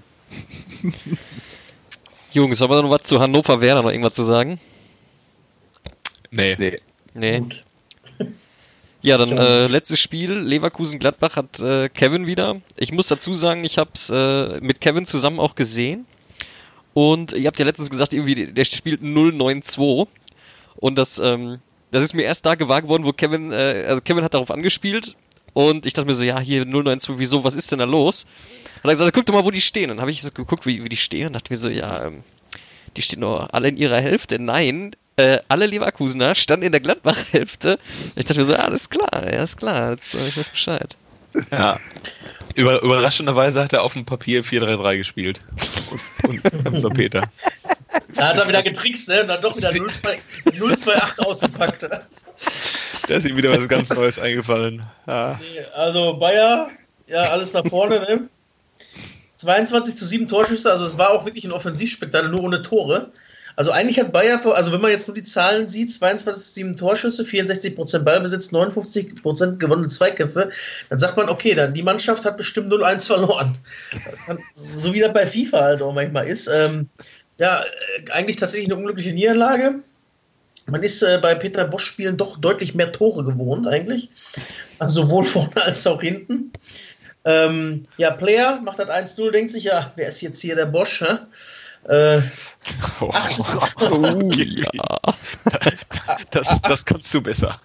Jungs, haben wir noch was zu Hannover Werder noch irgendwas zu sagen? Nee. Nee. Nee. Gut. Ja, dann äh, letztes Spiel, Leverkusen-Gladbach hat äh, Kevin wieder. Ich muss dazu sagen, ich habe es äh, mit Kevin zusammen auch gesehen. Und ihr habt ja letztens gesagt, irgendwie der spielt null neun zwei. Und das, ähm, das ist mir erst da gewahr geworden, wo Kevin, äh, also Kevin hat darauf angespielt. Und ich dachte mir so, ja, hier null neun zwei, wieso, was ist denn da los? Und er gesagt, guck doch mal, wo die stehen. Und dann habe ich so geguckt, wie, wie die stehen und dachte mir so, ja, ähm, die stehen nur alle in ihrer Hälfte. Nein, äh, alle Leverkusener standen in der Gladbach-Hälfte. Ich dachte mir so, ja, alles klar, ja, ist klar, jetzt, äh, ich weiß Bescheid. Ja. Über, überraschenderweise hat er auf dem Papier vier drei drei gespielt. Und, und, und so Peter. Da hat er wieder getrickst, ne? Und dann doch wieder null zwei acht ausgepackt. Da ist ihm wieder was ganz Neues eingefallen. Ja. Also Bayer, ja, alles nach vorne, ne? zweiundzwanzig zu sieben Torschüsse, also es war auch wirklich ein Offensivspektakel, nur ohne Tore. Also eigentlich hat Bayer, also wenn man jetzt nur die Zahlen sieht, zweiundzwanzig zu sieben Torschüsse, vierundsechzig Prozent Ballbesitz, neunundfünfzig Prozent gewonnene Zweikämpfe, dann sagt man, okay, dann die Mannschaft hat bestimmt null eins verloren. So wie das bei FIFA halt auch manchmal ist. Ähm, ja, eigentlich tatsächlich eine unglückliche Niederlage. Man ist äh, bei Peter Bosz-Spielen doch deutlich mehr Tore gewohnt eigentlich. Also sowohl vorne als auch hinten. Ähm, ja, Player macht das eins null, denkt sich, ja, wer ist jetzt hier der Bosch? Hä? Äh, Oh, ach, Oh, ja. das, das kannst du besser.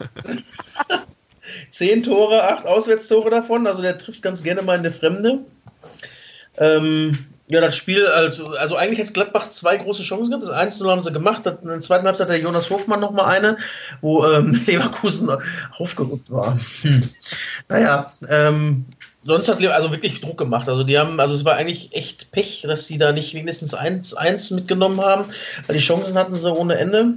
Zehn Tore, acht Auswärtstore davon, also der trifft ganz gerne mal in der Fremde. Ähm, ja, das Spiel, also, also eigentlich hat Gladbach zwei große Chancen gehabt. Das eins null haben sie gemacht, in der zweiten Halbzeit hat der Jonas Hofmann nochmal eine, wo ähm, Leverkusen aufgerückt war. Hm. Naja, ähm, sonst hat also wirklich Druck gemacht. Also die haben, also es war eigentlich echt Pech, dass sie da nicht wenigstens eins eins mitgenommen haben, weil die Chancen hatten sie ohne Ende.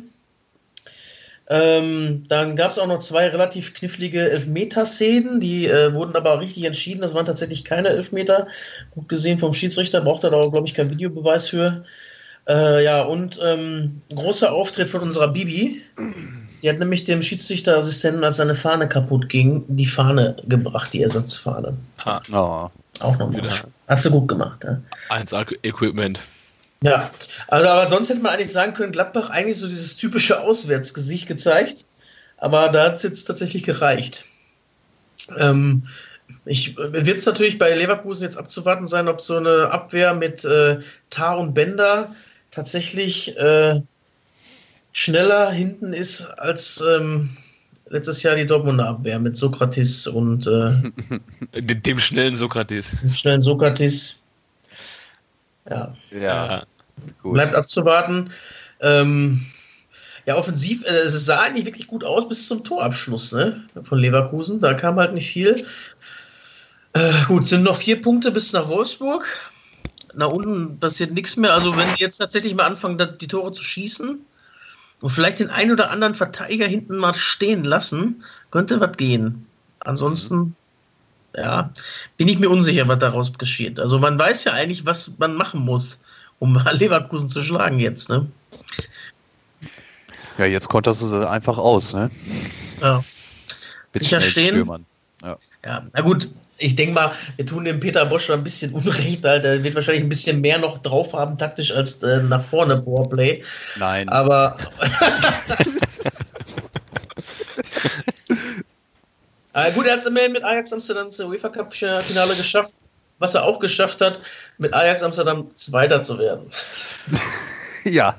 Ähm, dann gab es auch noch zwei relativ knifflige Elfmeter-Szenen, die äh, wurden aber richtig entschieden. Das waren tatsächlich keine Elfmeter. Gut gesehen vom Schiedsrichter, braucht er da, glaube ich, keinen Videobeweis für. Äh, ja, und ähm, ein großer Auftritt von unserer Bibi. Die hat nämlich dem Schiedsrichterassistenten, als seine Fahne kaputt ging, die Fahne gebracht, die Ersatzfahne. Ah, Oh. Auch nochmal. Hat sie gut gemacht. Ja. eins A-Equipment. Ja, also aber sonst hätte man eigentlich sagen können, Gladbach eigentlich so dieses typische Auswärtsgesicht gezeigt, aber da hat es jetzt tatsächlich gereicht. Ähm, ich wird es natürlich bei Leverkusen jetzt abzuwarten sein, ob so eine Abwehr mit äh, Tah und Bender tatsächlich äh, schneller hinten ist als ähm, letztes Jahr die Dortmunder Abwehr mit Sokratis und äh, Dem, dem schnellen Sokrates. dem schnellen Sokratis. Ja. Ja, gut. Bleibt abzuwarten. Ähm, ja, offensiv, äh, es sah eigentlich wirklich gut aus bis zum Torabschluss, ne, von Leverkusen. Da kam halt nicht viel. Äh, gut, sind noch vier Punkte bis nach Wolfsburg. Nach unten passiert nichts mehr. Also wenn die jetzt tatsächlich mal anfangen, die Tore zu schießen und vielleicht den einen oder anderen Verteidiger hinten mal stehen lassen, könnte was gehen. Ansonsten, ja, bin ich mir unsicher, was daraus geschieht. Also man weiß ja eigentlich, was man machen muss, um Leverkusen zu schlagen jetzt, ne? Ja, jetzt konterst du sie einfach aus, ne? Ja. Mit Sicher schnellen stehen. Stürmern. Ja. Ja, na gut, ich denke mal, wir tun dem Peter Bosz ein bisschen Unrecht, halt. Er wird wahrscheinlich ein bisschen mehr noch drauf haben, taktisch, als äh, nach vorne Powerplay. Nein. Aber äh, gut, er hat es immerhin mit Ajax Amsterdam zur UEFA Cup Finale geschafft, was er auch geschafft hat, mit Ajax Amsterdam Zweiter zu werden. Ja.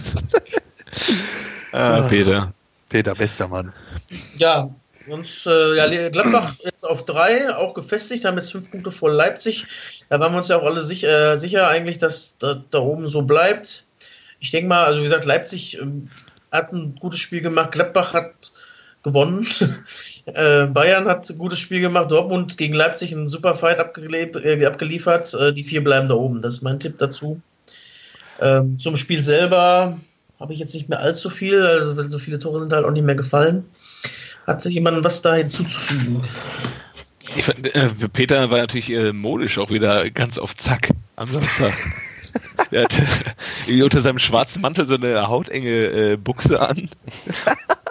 Ah, Peter. Peter, bester Mann. Ja, uns, äh, ja, Gladbach jetzt auf drei, auch gefestigt, haben jetzt fünf Punkte vor Leipzig. Da waren wir uns ja auch alle sich, äh, sicher eigentlich, dass da, da oben so bleibt. Ich denke mal, also wie gesagt, Leipzig ähm, hat ein gutes Spiel gemacht, Gladbach hat gewonnen, äh, Bayern hat ein gutes Spiel gemacht, Dortmund gegen Leipzig einen super Fight abgelebt, äh, abgeliefert, äh, die vier bleiben da oben, das ist mein Tipp dazu. Ähm, zum Spiel selber habe ich jetzt nicht mehr allzu viel, also so viele Tore sind halt auch nicht mehr gefallen. Hat sich jemand was da hinzuzufügen? Ich fand, äh, Peter war natürlich äh, modisch auch wieder ganz auf Zack am Samstag. Er hatte irgendwie unter seinem schwarzen Mantel so eine hautenge äh, Buchse an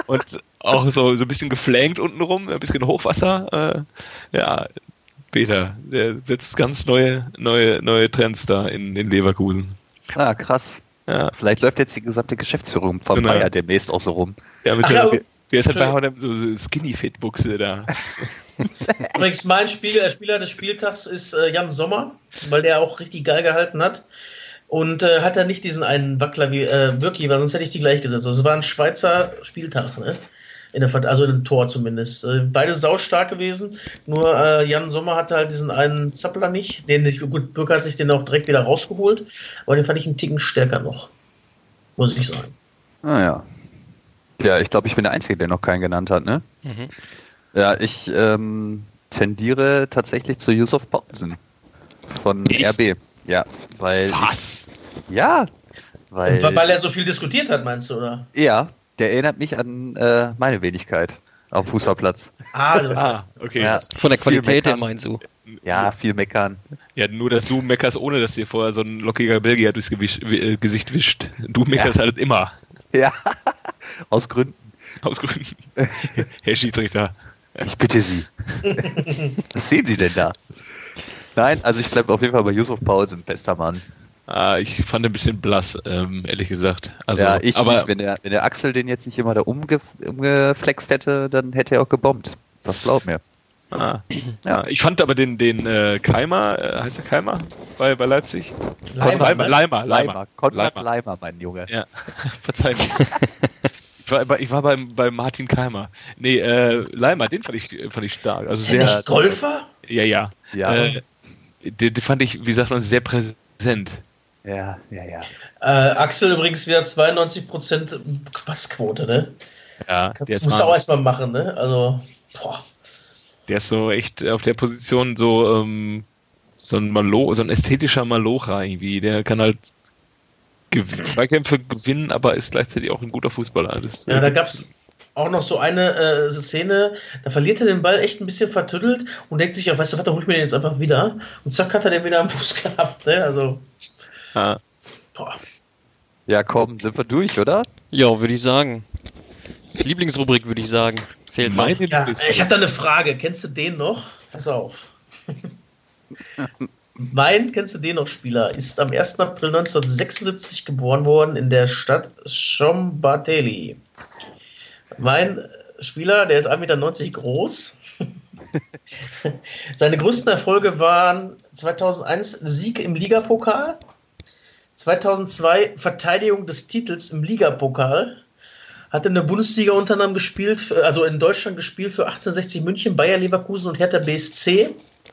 Und auch so, so ein bisschen geflankt untenrum, ein bisschen Hochwasser. Äh, ja, Peter, der setzt ganz neue, neue, neue Trends da in, in Leverkusen. Ah, krass. Ja. Vielleicht läuft jetzt die gesamte Geschäftsführung vom So eine- Bayer demnächst auch so rum. Ja, mit Ach der, ja, wer wer ist halt bei Entschuldigung. H und M so Skinny-Fit-Buchse da? Übrigens, mein Spieler, Spieler des Spieltags ist äh, Jan Sommer, weil der auch richtig geil gehalten hat. Und äh, hat er nicht diesen einen Wackler wie äh, Birki, weil sonst hätte ich die gleich gesetzt. Also es war ein Schweizer Spieltag, ne? In der, Vert- also in dem Tor zumindest. Äh, beide saustark gewesen. Nur äh, Jan Sommer hatte halt diesen einen Zappler nicht. Den, gut, Birki hat sich den auch direkt wieder rausgeholt. Aber den fand ich einen Ticken stärker noch. Muss ich sagen. Ah ja. Ja, ich glaube, ich bin der Einzige, der noch keinen genannt hat, ne? Mhm. Ja, ich ähm, tendiere tatsächlich zu Yusuf Paulsen von Echt? R B. Ja, weil Was? ich, ja, weil, Und weil er so viel diskutiert hat, meinst du, oder? ja, der erinnert mich an äh, meine Wenigkeit auf dem Fußballplatz. Ah, Ah, okay. Ja, Von der viel Qualität her meckern. meinst du? Ja, viel meckern. Ja, nur, dass du meckerst, ohne dass dir vorher so ein lockiger Belgier durchs Gewisch, äh, Gesicht wischt. Du meckerst Ja. halt immer. Ja, aus Gründen. Aus Gründen. Herr Schiedsrichter. Ich bitte Sie. Was sehen Sie denn da? Nein, also ich bleibe auf jeden Fall bei Yusuf Paulsen, bester Mann. Ah, ich fand ein bisschen blass, ähm, ehrlich gesagt. Also, ja, ich aber nicht. Wenn der, wenn der Axel den jetzt nicht immer da umge, umgeflext hätte, dann hätte er auch gebombt. Das glaub mir. Ah, Ja. ja. Ich fand aber den, den äh, Keimer, äh, heißt der Keimer bei, bei Leipzig? Leimer, Leimer, ne? Leimer, Leimer. Konrad Leimer. Leimer, mein Junge. Ja, verzeih mir. Ich war, bei- ich war beim, bei Martin Keimer. Nee, äh, Leimer, den fand ich, fand ich stark. Also Ist der sehr, nicht Golfer? ja, ja. Ja. Äh, den, den fand ich, wie sagt man, sehr präsent. Ja, ja, ja. Äh, Axel übrigens wieder zweiundneunzig Prozent Passquote, ne? Ja, der Das ist, musst du auch Wahnsinn. erstmal machen, ne? Also, boah. Der ist so echt auf der Position so, ähm, so ein Malo, so ein ästhetischer Malocher irgendwie. Der kann halt gew- Zweikämpfe gewinnen, aber ist gleichzeitig auch ein guter Fußballer. Das, Ja, äh, da gibt's- gab's auch noch so eine äh, Szene, da verliert er den Ball echt ein bisschen vertüttelt und denkt sich, ja, weißt du was, da hol ich mir den jetzt einfach wieder. Und zack, hat er den wieder am Fuß gehabt, ne? Also, Ah, boah. Ja, komm, sind wir durch, oder? Ja, würde ich sagen. Lieblingsrubrik würde ich sagen. Zählt noch. meine Ja, Lieblings- ich habe da eine Frage. Kennst du den noch? Pass auf. Mein, kennst du den noch, Spieler, ist am ersten April neunzehnhundertsechsundsiebzig geboren worden in der Stadt Szombathely. Mein Spieler, der ist ein Meter neunzig groß. Seine größten Erfolge waren zweitausendeins Sieg im Ligapokal, zweitausendzwei Verteidigung des Titels im Ligapokal, hat in der Bundesliga unter anderem gespielt, für- also in Deutschland gespielt für achtzehnhundertsechzig München, Bayer Leverkusen und Hertha B S C.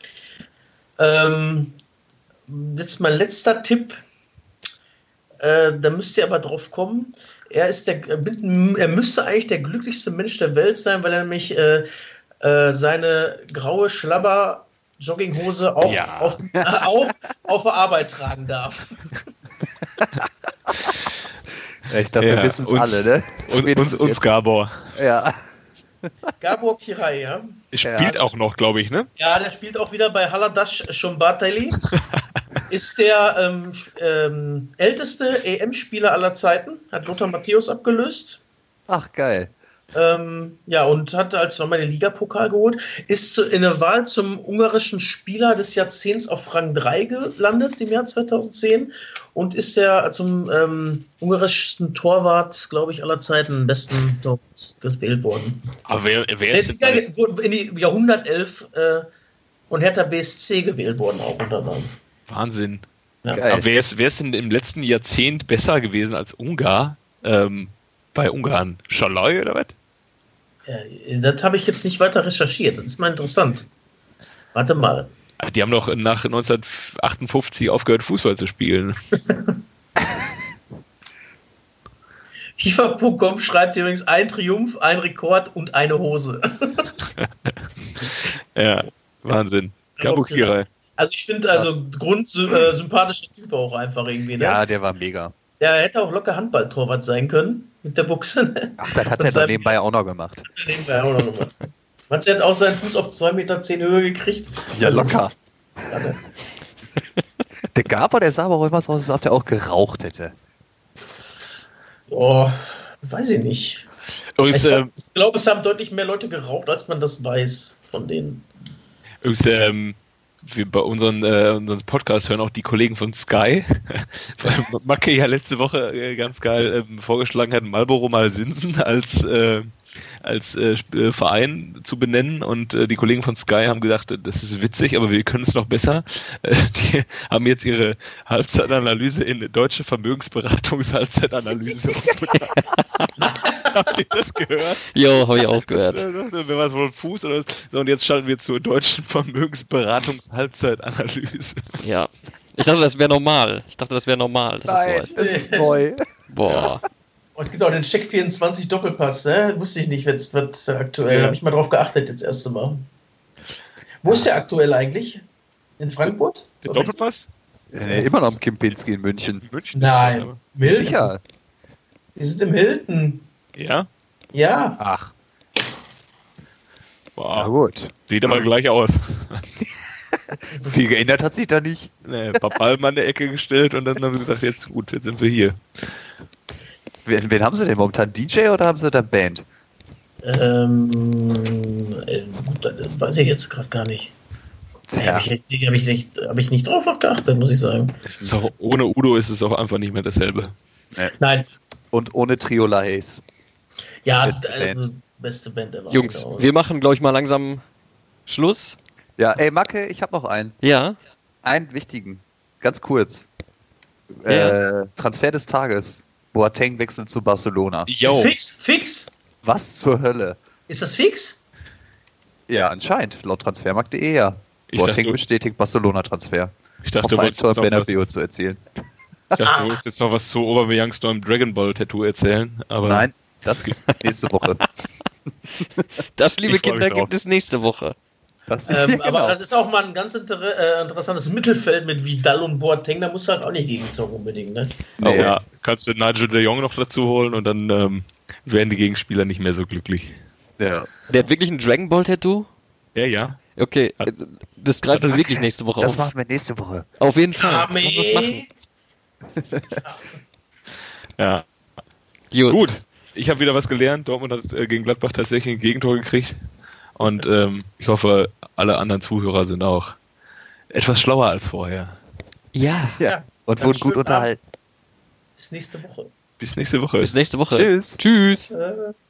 Ähm, jetzt mein letzter Tipp. Äh, da müsst ihr aber drauf kommen. Er ist der, er müsste eigentlich der glücklichste Mensch der Welt sein, weil er nämlich äh, äh, seine graue Schlabber-Jogginghose auch, Ja. auf, äh, auch auf der Arbeit tragen darf. Ich glaube, wir Ja, wissen es uns- alle, ne? Und, und, Spätestens und jetzt. Gabor. Ja. Gabor Kirai, ja. Spielt auch noch, glaube ich, ne? Ja, der spielt auch wieder bei Haladash Szombathely. Ist der ähm, ähm, älteste E M-Spieler aller Zeiten. Hat Lothar Matthäus abgelöst. Ach, geil. Ähm, ja, und hat als nochmal den Ligapokal geholt. Ist zu, in der Wahl zum ungarischen Spieler des Jahrzehnts auf Rang drei gelandet im Jahr zweitausendzehn. Und ist der zum ähm, ungarischen Torwart, glaube ich, aller Zeiten besten Torwart gewählt worden. Aber wer, wer Der ist ist denn bei, wurde in die Jahrhundertelf äh, und Hertha B S C gewählt worden, auch unter anderem. Wahnsinn. Ja. Geil. Aber wer ist, wer ist denn im letzten Jahrzehnt besser gewesen als Ungar? Ähm, bei Ungarn? Schalai oder was? Ja, das habe ich jetzt nicht weiter recherchiert. Das ist mal interessant. Warte mal. Ah, die haben doch nach neunzehnhundertachtundfünfzig aufgehört, Fußball zu spielen. FIFA Punkt com schreibt übrigens ein Triumph, ein Rekord und eine Hose. Ja, Wahnsinn. Gabor Kirai. Also ich finde, also Grund äh, sympathischer Typ auch einfach irgendwie. Ne? Ja, der war mega. Der hätte auch locker Handballtorwart sein können mit der Buchse. Ne? Ach, das hat Und er sein- dann nebenbei auch noch gemacht. Nebenbei auch noch gemacht. Meinst du, er hat auch seinen Fuß auf zwei Meter zehn Höhe gekriegt? Ja, Also- locker. Ja, ne? Der Gabor, der sah aber auch immer so aus, als ob der auch geraucht hätte. Oh, weiß ich nicht. Übrigens, Ich ähm, glaube, glaub, es haben deutlich mehr Leute geraucht, als man das weiß von denen. übrigens ähm, wir bei unseren, äh, unseren Podcast hören auch die Kollegen von Sky, weil Macke ja letzte Woche äh, ganz geil ähm, vorgeschlagen hat, Marlboro Malsinsen als äh, als äh, Verein zu benennen und äh, die Kollegen von Sky haben gesagt, das ist witzig, aber wir können es noch besser. Äh, die haben jetzt ihre Halbzeitanalyse in deutsche Vermögensberatungs-Halbzeitanalyse. Habt ihr das gehört? Jo, habe ich auch gehört. Wer war es wohl Fuß oder so? Und jetzt schalten wir zur deutschen Vermögensberatungs-Halbzeitanalyse. Ja. Ich dachte, das wäre normal. Ich dachte, das wäre normal, dass Nein, das so das heißt. ist neu. Boah. Oh, es gibt auch den Check vierundzwanzig Doppelpass, ne? Wusste ich nicht, was aktuell. Ja. Habe ich mal drauf geachtet, jetzt das erste Mal. Wo ist der aktuell eigentlich? In Frankfurt? Der Doppelpass? Äh, immer noch im Kempinski in München. In München? Nein. Hilton. Sicher. Die sind im Hilton. Ja? Ja. Ach, Boah. na gut. Sieht aber gleich aus. Viel geändert hat sich da nicht. Nee, ein paar Palmen an der Ecke gestellt und dann haben sie gesagt, jetzt gut, jetzt sind wir hier. Wen, wen haben sie denn momentan? D J oder haben sie da Band? Ähm, äh, gut, das weiß ich jetzt gerade gar nicht. Ja. Habe ich, nicht- hab ich, nicht- hab ich nicht drauf geachtet, muss ich sagen. Es ist auch, ohne Udo ist es auch einfach nicht mehr dasselbe. Nein. Und ohne Trio La Hayes. Ja, Beste beste Band. Band, beste Band ever. Jungs, Genau. wir machen, glaube ich, mal langsam Schluss. Ja, ey, Macke, ich habe noch einen. Ja. Einen wichtigen. Ganz kurz. Ja. Äh, Transfer des Tages. Boateng wechselt zu Barcelona. Ist Jo. fix? Fix? Was zur Hölle? Ist das fix? Ja, anscheinend. Laut transfermarkt punkt de ja. Ich Boateng dachte, bestätigt Barcelona-Transfer. ich dachte, Auf du ein wolltest Tor jetzt noch Bernabeu was, zu erzählen. ich dachte, du wolltest jetzt noch was zu Aubameyangs neuem Dragon Ball Tattoo erzählen. Aber Nein, das ist nächste Woche. Das, liebe Ich freu mich Kinder, drauf. gibt es nächste Woche. Das, Ähm, genau. Aber das ist auch mal ein ganz inter äh, interessantes Mittelfeld mit Vidal und Boateng. Da musst du halt auch nicht gegenzogen unbedingt, ne? oh, Nee. ja, kannst du Nigel de Jong noch dazu holen und dann ähm, werden die Gegenspieler nicht mehr so glücklich. Ja. Der hat wirklich ein Dragon Ball Tattoo? Ja, ja. Okay, Hat- äh, das greifen wir wirklich nächste Woche Das auf. machen wir nächste Woche. Auf jeden Fall. Arme. Lass das machen. Ja. Gut. Gut, ich habe wieder was gelernt. Dortmund hat äh, gegen Gladbach tatsächlich ein Gegentor gekriegt. Und ähm, ich hoffe, alle anderen Zuhörer sind auch etwas schlauer als vorher. Ja. Ja. Und Ganz wurden gut schön unterhalten. Bis nächste Woche. Bis nächste Woche. Bis nächste Woche. Tschüss. Tschüss. Äh.